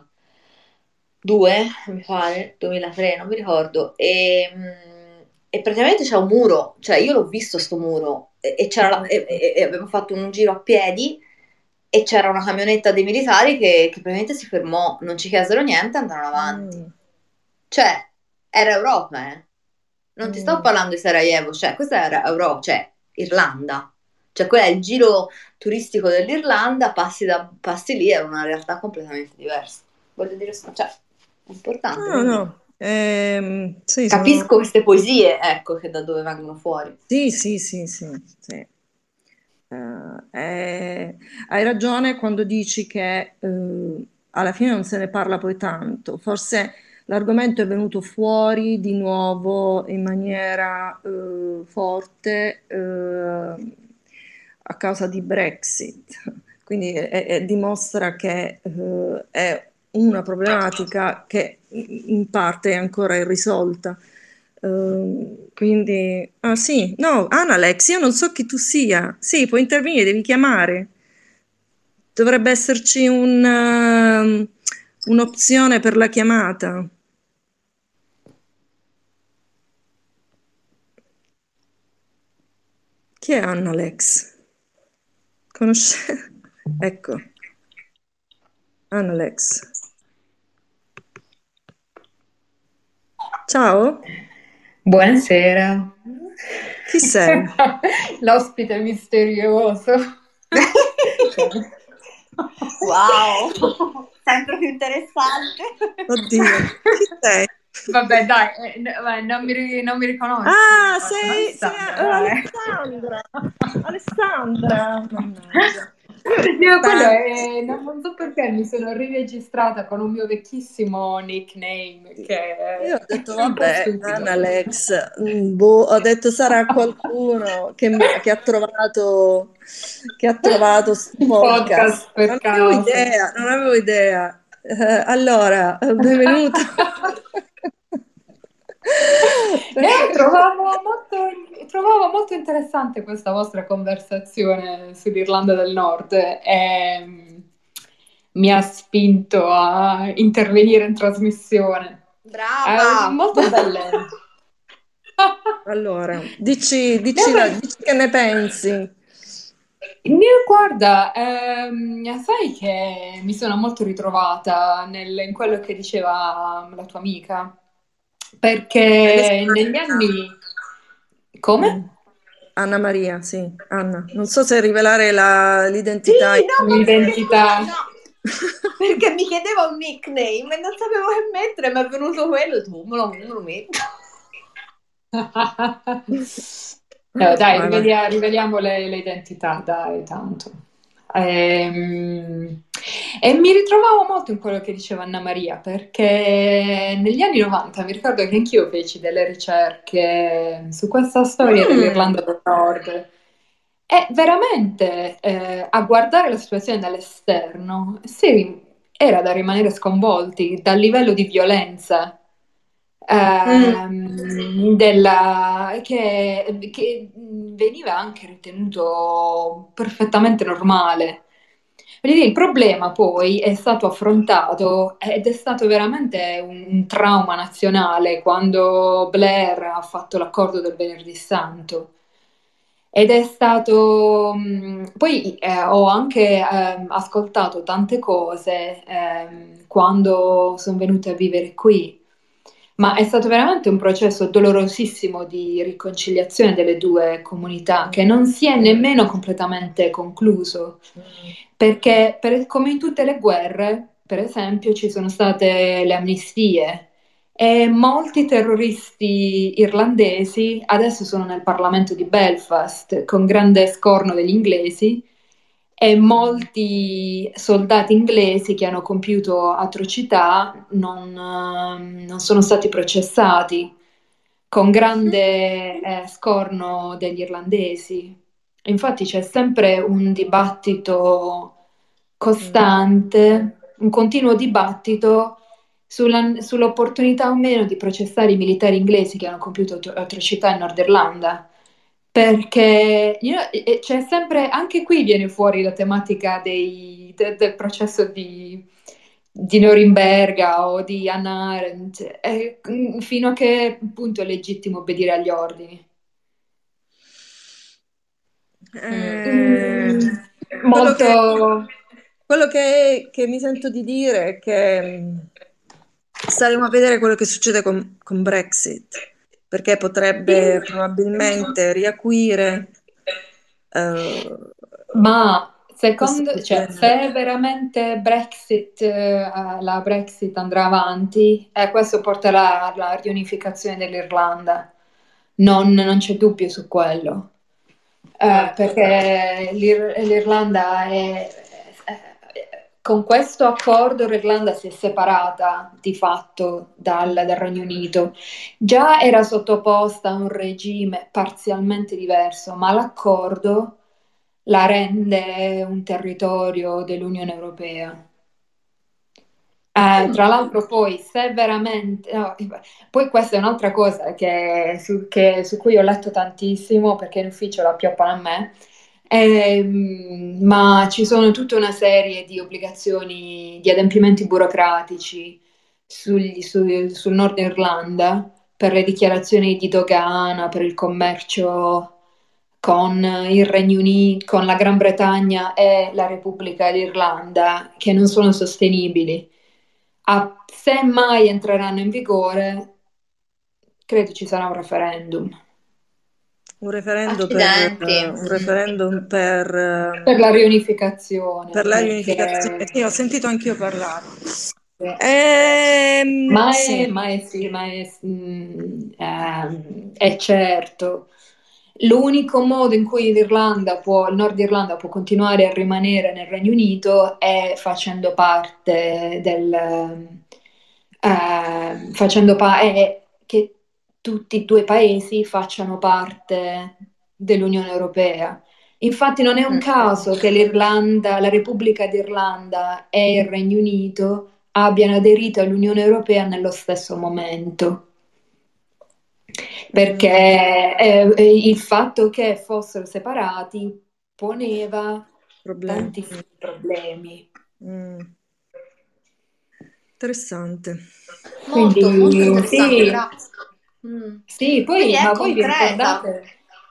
mi pare, duemilatré, non mi ricordo, e, mh, e praticamente c'è un muro, cioè io l'ho visto sto muro, e, e c'era la- e, e- e abbiamo fatto un giro a piedi e c'era una camionetta dei militari che, che praticamente si fermò, non ci chiesero niente, andarono avanti. Mm, Cioè, era Europa, eh. Non ti sto mm. parlando di Sarajevo, cioè, questa era Europa, cioè, Irlanda. Cioè, quello è il giro turistico dell'Irlanda, passi, da, passi lì, era una realtà completamente diversa. Voglio dire, cioè, è importante, No, quindi no, ehm, sì, sono... capisco queste poesie, ecco, che da dove vengono fuori. Sì, sì, sì, sì, sì. Eh, eh, hai ragione quando dici che eh, alla fine non se ne parla poi tanto. Forse l'argomento è venuto fuori di nuovo in maniera eh, forte eh, a causa di Brexit. Quindi è- è- dimostra che eh, è una problematica che in parte è ancora irrisolta. Ehm, quindi, ah sì, no, Analex, io non so chi tu sia. Sì, puoi intervenire, devi chiamare. Dovrebbe esserci un, ehm, un'opzione per la chiamata. Chi è Annalex? Conosce? Ecco, Annalex. Ciao, Buonasera. chi sei? L'ospite misterioso. Wow, sempre più interessante. Oddio, chi sei? Vabbè, dai, eh, n- vai, non mi, ri- non mi riconosci? Ah, Oh, sono sei, sei Alessandra, eh, dai. Alessandra. Alessandra. Mannaggia. Io Io quello Alessandra. è, non, non so perché mi sono riregistrata con un mio vecchissimo nickname che Io è ho detto, un po' vabbè, stupido. Annalex, mm, boh, ho detto sarà qualcuno che, mi- che ha trovato, che ha trovato sto Un podcast. podcast per Non avevo caso. idea, non avevo idea. Eh, allora, eh, benvenuta. E trovavo molto, trovavo molto interessante questa vostra conversazione sull'Irlanda del Nord e mm, mi ha spinto a intervenire in trasmissione. Eh, Brava! molto belle. Allora, dici, Ne ho dici, la- pe- dici che ne pensi? ne- guarda, ehm, sai che mi sono molto ritrovata nel- in quello che diceva la tua amica, perché negli Alessandra. anni... Come? Mm. Anna Maria, sì, Anna. Non so se rivelare la- Sì, l'identità. no, ma perché scusa, L'identità. no, perché mi chiedeva un nickname e non sapevo che mettere, mi è venuto quello, tu me lo, me lo metto. No, dai, Vai, vai. rivelia- riveliamo le, le identità, dai, tanto. Ehm, E, mi ritrovavo molto in quello che diceva Anna Maria, perché negli anni novanta mi ricordo che anch'io feci delle ricerche su questa storia Mm, dell'Irlanda del Nord. E veramente, eh, a guardare la situazione dall'esterno, sì, era da rimanere sconvolti dal livello di violenza mm, ehm, della- che, che veniva anche ritenuto perfettamente normale. Voglio dire, il problema poi è stato affrontato ed è stato veramente un, un trauma nazionale quando Blair ha fatto l'accordo del Venerdì Santo. Ed è stato, mh, poi eh, ho anche ehm, ascoltato tante cose ehm, quando sono venuta a vivere qui, ma è stato veramente un processo dolorosissimo di riconciliazione delle due comunità che non si è nemmeno completamente concluso, mm, perché per- come in tutte le guerre, per esempio, ci sono state le amnistie. E molti terroristi irlandesi adesso sono nel Parlamento di Belfast con grande scorno degli inglesi e mm, molti soldati inglesi che hanno compiuto atrocità non, ehm, non sono stati processati con mhm, grande eh, scorno degli irlandesi. Infatti c'è sempre un dibattito mm, costante, un continuo dibattito sulla- sull'opportunità o meno di processare i militari inglesi che hanno compiuto atro- atrocità in Nord Irlanda. Perché io- e- e c'è sempre, anche qui viene fuori la tematica dei- de- del processo di, di Norimberga o di Hannah Arendt, e, mm, fino a che punto è legittimo obbedire agli ordini. Eh, Mm, quello che, molto... quello che, che mi sento di dire è che mm, staremo a vedere quello che succede con, con Brexit, perché potrebbe probabilmente riacuire eh, Ma questa secondo, cioè, questione. se veramente Brexit, eh, la Brexit andrà avanti, eh, questo porterà alla riunificazione dell'Irlanda. Non, non c'è dubbio su quello. Eh, Certo. perché l'Ir- l'Irlanda è, eh, con questo accordo l'Irlanda si è separata di fatto dal, Mm, dal Regno Unito. Già era sottoposta a un regime parzialmente diverso, ma l'accordo la rende un territorio dell'Unione Europea. Eh, mm, tra l'altro poi se veramente, no, poi questa è un'altra cosa che- su, che- su cui ho letto tantissimo perché in ufficio la pioppano a me, ehm, ma ci sono tutta una serie di obbligazioni, di adempimenti burocratici sugli- su- sul Nord Irlanda per le dichiarazioni di dogana, per il commercio con il Regno Unito, con la Gran Bretagna e la Repubblica d'Irlanda, che non sono sostenibili. A- se mai entreranno in vigore, credo ci sarà un referendum Un referendum per, Accidenti. eh, un referendum per, eh, per la riunificazione, per la riunificazione. perché Sì, ho sentito anch'io parlare. eh, Ehm, ma è, sì, ma è, sì, ma è, mm, ehm, è certo. L'unico modo in cui l'Irlanda può, il Nord Irlanda può continuare a rimanere nel Regno Unito è facendo parte del, eh, facendo pa- è che tutti e due i paesi facciano parte dell'Unione Europea. Infatti non è un Mm. caso che l'Irlanda, la Repubblica d'Irlanda e il Regno Unito abbiano aderito all'Unione Europea nello stesso momento, mm, perché eh, eh, il fatto che fossero separati poneva problemi. tantissimi problemi. Mm. Interessante. Molto, molto Quindi interessante, sì, grazie. Mm. sì, Quindi poi, è ma voi vi concreta. ricordate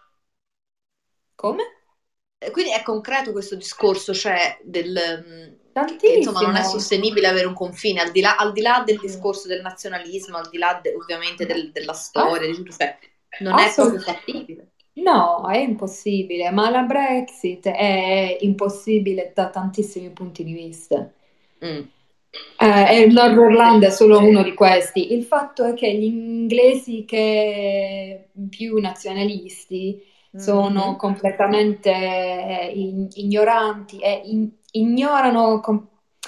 come? Eh, Quindi è concreto questo discorso, cioè del, mm, che, che, insomma non è Tantissimo. sostenibile avere un confine, al di là, al di là del Mm. discorso del nazionalismo, al di là de- ovviamente del- della Ah, storia, di tutto, cioè, non è proprio assolutamente. fattibile. No, è impossibile, ma la Brexit è impossibile da tantissimi punti di vista. Mm. Eh, e il Nord Sì. Irlanda è solo uno di questi. Il fatto è che gli inglesi che più nazionalisti sono Mhm. completamente in- ignoranti e in- ignorano, com-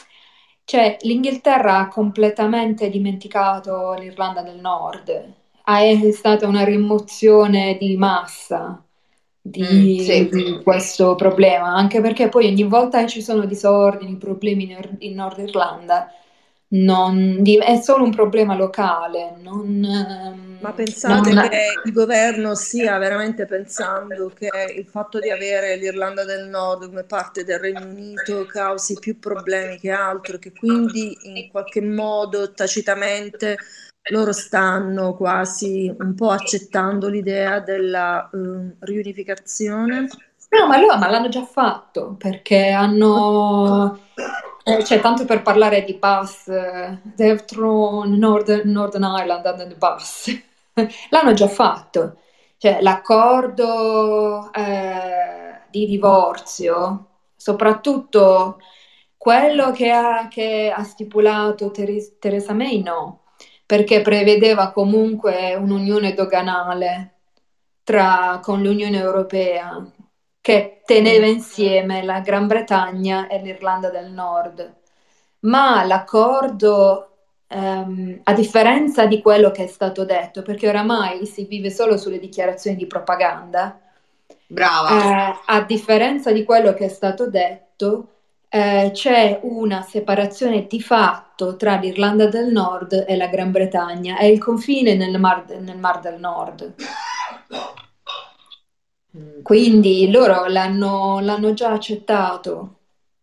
cioè l'Inghilterra ha completamente dimenticato l'Irlanda del Nord. Ah, È stata una rimozione di massa Mm, di, sì. di questo problema, anche perché poi ogni volta che ci sono disordini, problemi in, Nord in Nord Irlanda, non- di- è solo un problema locale, non, Ma ehm, pensate non- che il governo stia veramente pensando che il fatto di avere l'Irlanda del Nord come parte del Regno Unito causi più problemi che altro, che quindi in qualche modo tacitamente loro stanno quasi un po' accettando l'idea della eh, riunificazione? No, ma loro ma l'hanno già fatto perché hanno, eh, cioè, tanto per parlare di bus, eh, they've thrown Northern, Northern Ireland under the bus. L'hanno già fatto. Cioè, l'accordo eh, di divorzio, soprattutto quello che ha, che ha stipulato Teres- Theresa May, no, perché prevedeva comunque un'unione doganale tra, con l'Unione Europea che teneva Mm. insieme la Gran Bretagna e l'Irlanda del Nord. Ma l'accordo, ehm, a differenza di quello che è stato detto, perché oramai si vive solo sulle dichiarazioni di propaganda, Brava. eh, a differenza di quello che è stato detto, eh, c'è una separazione di fatto tra l'Irlanda del Nord e la Gran Bretagna e il confine nel Mar, nel Mar del Nord. Mm. Quindi loro l'hanno l'hanno già accettato.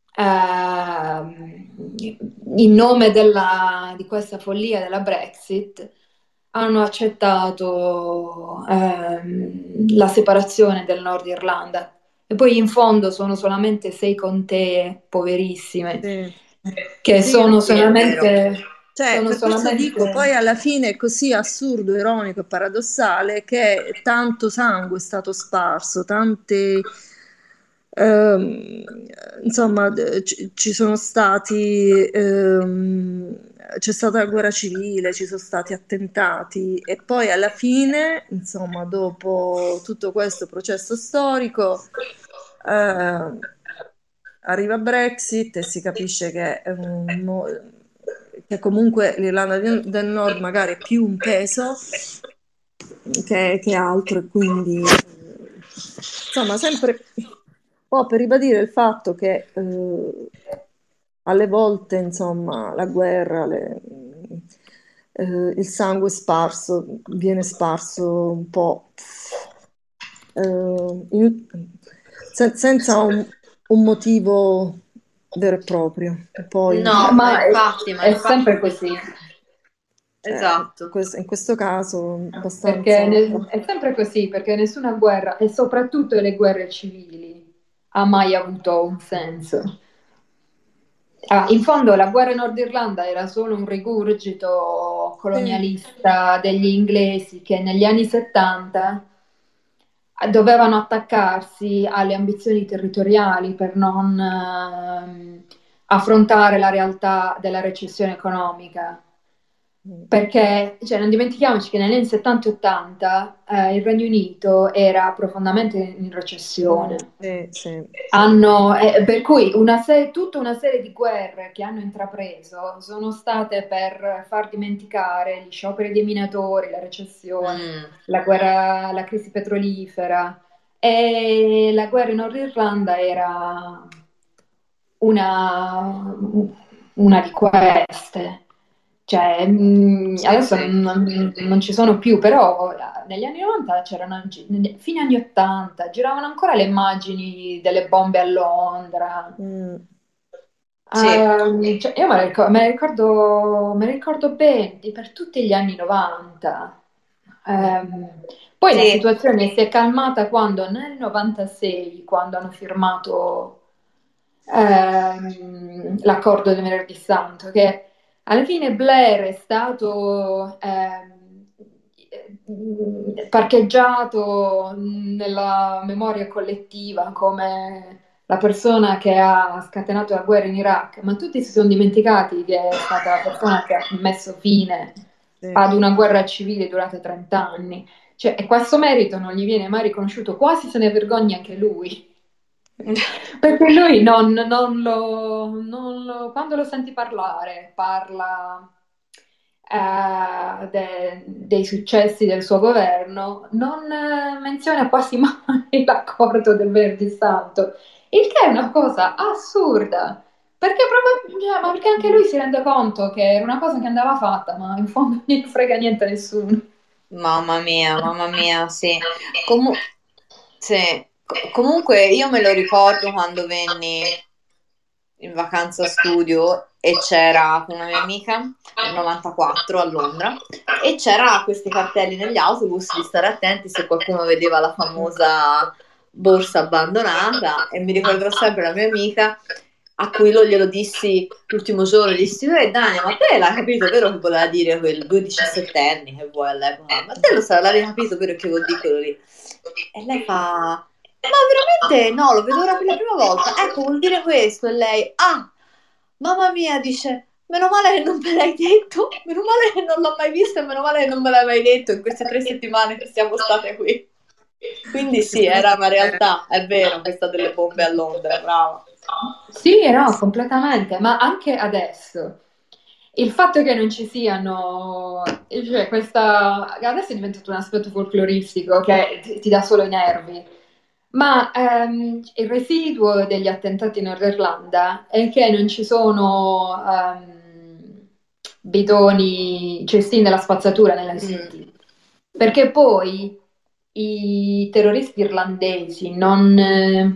Ehm, in nome della- di questa follia della Brexit, hanno accettato ehm, la separazione del Nord Irlanda. E poi in fondo sono solamente sei contee poverissime, Sì. che Sì, no, sono Sì, è vero. solamente, cioè, sono per questo dico, solamente poi alla fine è così assurdo, ironico e paradossale che tanto sangue è stato sparso, tante, ehm, insomma, d- ci ci sono stati, ehm, c'è stata la guerra civile, ci sono stati attentati e poi alla fine, insomma, dopo tutto questo processo storico, eh, arriva Brexit e si capisce che, è un mo- che comunque l'Irlanda del del Nord magari è più un peso che, che altro e quindi eh, insomma sempre un po' per ribadire il fatto che eh, alle volte insomma la guerra, le- eh, il sangue sparso viene sparso un po' eh, in- se- senza un, un motivo vero e proprio. Poi, No, ma ma è, infatti, ma è infatti, sempre così, cioè, esatto. quest- in questo caso, perché abbastanza. ne- è sempre così, perché nessuna guerra, e soprattutto le guerre civili, ha mai avuto un senso. Ah, in fondo la guerra in Nord Irlanda era solo un rigurgito Sì. colonialista degli inglesi che negli anni settanta dovevano attaccarsi alle ambizioni territoriali per non ehm, affrontare la realtà della recessione economica. Mm. Perché, cioè, non dimentichiamoci che negli anni settanta e ottanta eh, il Regno Unito era profondamente in Mm, recessione. sì, sì. Hanno, eh, per cui una se- tutta una serie di guerre che hanno intrapreso sono state per far dimenticare gli scioperi dei minatori, la recessione, Mm, la guerra, la crisi petrolifera, e la guerra in Nord Irlanda era una, una di queste. Cioè, mh, sì, adesso sì. non, non- non ci sono più, però eh, negli anni novanta c'erano, gi- negli- fine anni ottanta, giravano ancora le immagini delle bombe a Londra. Mm, Sì, Ehm, cioè, io me le ricordo, me le ricordo, me le ricordo bene per tutti gli anni novanta. mm, Ehm, Poi la sì. situazione si è calmata quando nel novantasei, quando hanno firmato ehm, l'accordo del Venerdì Santo, che alla fine Blair è stato ehm, parcheggiato nella memoria collettiva come la persona che ha scatenato la guerra in Iraq, ma tutti si sono dimenticati che è stata la persona che ha messo fine sì. ad una guerra civile durata trenta anni. Cioè, e questo merito non gli viene mai riconosciuto, quasi se ne vergogna anche lui. Perché lui non, non lo, non lo- quando lo senti parlare, parla eh, de- dei successi del suo governo, non eh, menziona quasi mai l'accordo del Venerdì Santo, il che è una cosa assurda. Perché, proprio, cioè, ma perché anche lui si rende conto che era una cosa che andava fatta, ma in fondo non gli frega niente a nessuno. Mamma mia, mamma mia, sì. Comu- sì. Co- comunque io me lo ricordo quando venni in vacanza studio e c'era con una mia amica nel novantaquattro a Londra e c'era questi cartelli negli autobus di stare attenti se qualcuno vedeva la famosa borsa abbandonata e mi ricorderò sempre la mia amica a cui lo glielo dissi l'ultimo giorno, gli dissi, eh Dania, ma te l'hai capito, vero che voleva dire quel due diciassettenni che vuoi all'epoca? Ma te lo sai, l'avevi capito, vero che vuol dire quello lì? E lei fa, ma veramente no, lo vedo ora per la prima volta. Ecco, vuol dire questo. E lei, ah, mamma mia, dice, meno male che non me l'hai detto, meno male che non l'ho mai visto e meno male che non me l'hai mai detto in queste tre settimane che siamo state qui. Quindi sì, era una realtà, è vero, questa delle bombe a Londra, brava. Sì, no, completamente, ma anche adesso. Il fatto che non ci siano, cioè questa, adesso è diventato un aspetto folcloristico che ti, ti dà solo i nervi, ma ehm, il residuo degli attentati in Nord Irlanda è che non ci sono ehm, bidoni, cestini della spazzatura nelle Mm, City, perché poi i terroristi irlandesi non... eh,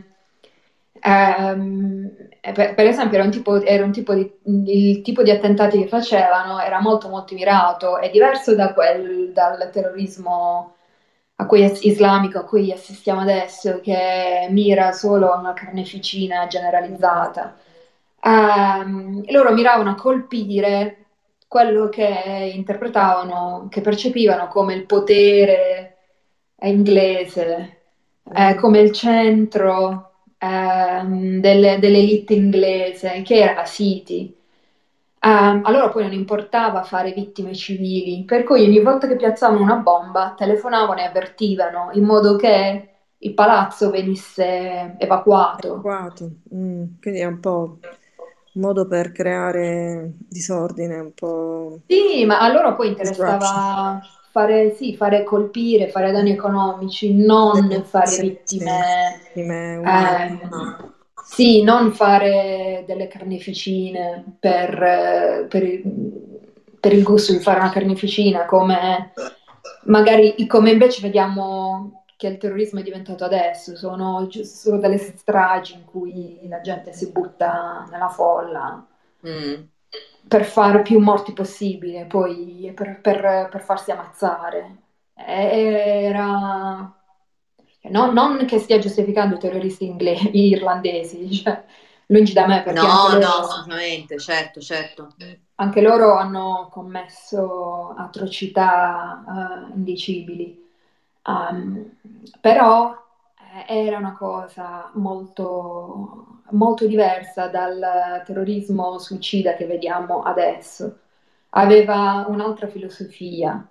ehm, per, per esempio, era un tipo, era un tipo di, il tipo di attentati che facevano era molto molto mirato, è diverso da quel, dal terrorismo a cui, islamico a cui assistiamo adesso, che mira solo a una carneficina Mm, generalizzata. Ehm, loro miravano a colpire quello che interpretavano, che percepivano come il potere inglese, eh, mm, come il centro ehm, delle- dell'elite inglese, che era la City. Ehm, a loro poi non importava fare vittime civili, per cui ogni volta che piazzavano una bomba telefonavano e avvertivano in modo che il palazzo venisse evacuato. Adeguato. Mm, quindi è un po' un modo per creare disordine, un po' Sì, ma a loro poi disruption. interessava fare, sì, fare colpire, fare danni economici, Sì, non fare sì, sì. vittime, Vittime umane. ehm, sì, non fare delle carneficine per, eh, per il, per il gusto di fare una carneficina, come magari come invece vediamo che il terrorismo è diventato adesso, sono gi- solo delle stragi in cui la gente si butta nella folla mm. per fare più morti possibile, poi per, per- per farsi ammazzare. Era... Non, non che stia giustificando i terroristi ingle- irlandesi, cioè, lungi da me, perché anche No, no, loro, assolutamente, certo, certo. anche loro hanno commesso atrocità eh, indicibili. Um, però eh, era una cosa molto, molto diversa dal terrorismo suicida che vediamo adesso. Aveva un'altra filosofia.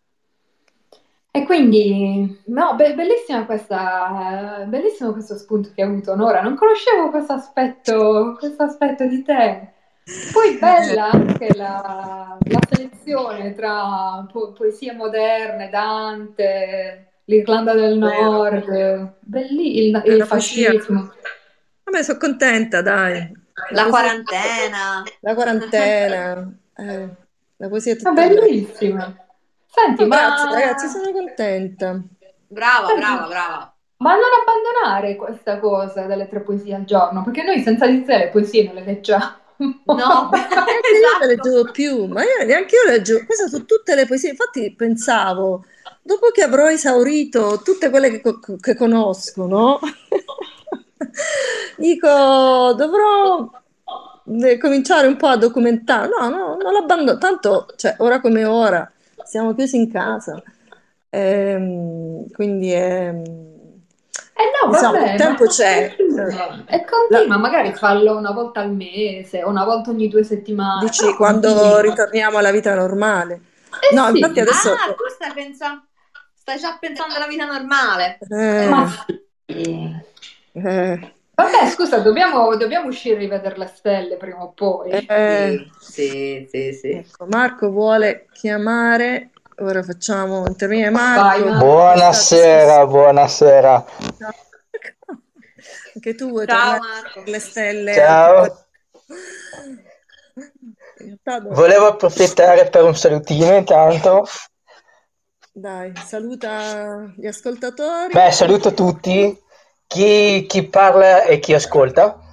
E quindi, no, be- bellissima questa, eh, bellissimo questo spunto che hai avuto, Nora. Non conoscevo questo aspetto, questo aspetto di te. Poi Eh, bella anche la, la selezione tra po- poesie moderne, Dante, l'Irlanda del vero. Nord, belli, il, Eh, il La poesia. fascismo. Vabbè, sono contenta, dai. La La poesia, quarantena. la quarantena, eh, la poesia è Ah, tutta bella. bellissima. Senti, No, grazie, ragazzi, ma, sono contenta. Brava, senti, brava, brava. ma non abbandonare questa cosa delle tre poesie al giorno, perché noi senza di te le poesie non le leggiamo. No, Neanche io ne esatto. leggevo più, ma io, neanche io leggevo. Queste sono tutte le poesie. Infatti pensavo, dopo che avrò esaurito tutte quelle che, co- che conosco, no? Dico, dovrò eh, cominciare un po' a documentare. No, no, non l'abbandono. Tanto, cioè, ora come ora, siamo chiusi in casa. Ehm, quindi, ehm, Eh no, diciamo, il vabbè, ma tempo c'è. Eh, continua, e la- continua, magari fallo una volta al mese o una volta ogni due settimane, Dici però quando continua. ritorniamo alla vita normale. Eh No, infatti sì, adesso... Ah, tu stai pensando, stai già pensando alla vita normale. ma eh, sì. eh, Vabbè, scusa, dobbiamo, dobbiamo uscire e rivedere le stelle prima o poi. eh, Sì, sì, sì, sì. ecco, Marco vuole chiamare. Ora facciamo intervenire Vai, Marco per Marco. questa discussione. Buonasera, buonasera. Ciao, Marco. Anche tu vuoi Ciao tornare per Marco. le stelle anche per... Ciao. In realtà do- Volevo approfittare per un salutino intanto. Dai, saluta gli ascoltatori. Beh, saluto tutti, chi, chi parla e chi ascolta.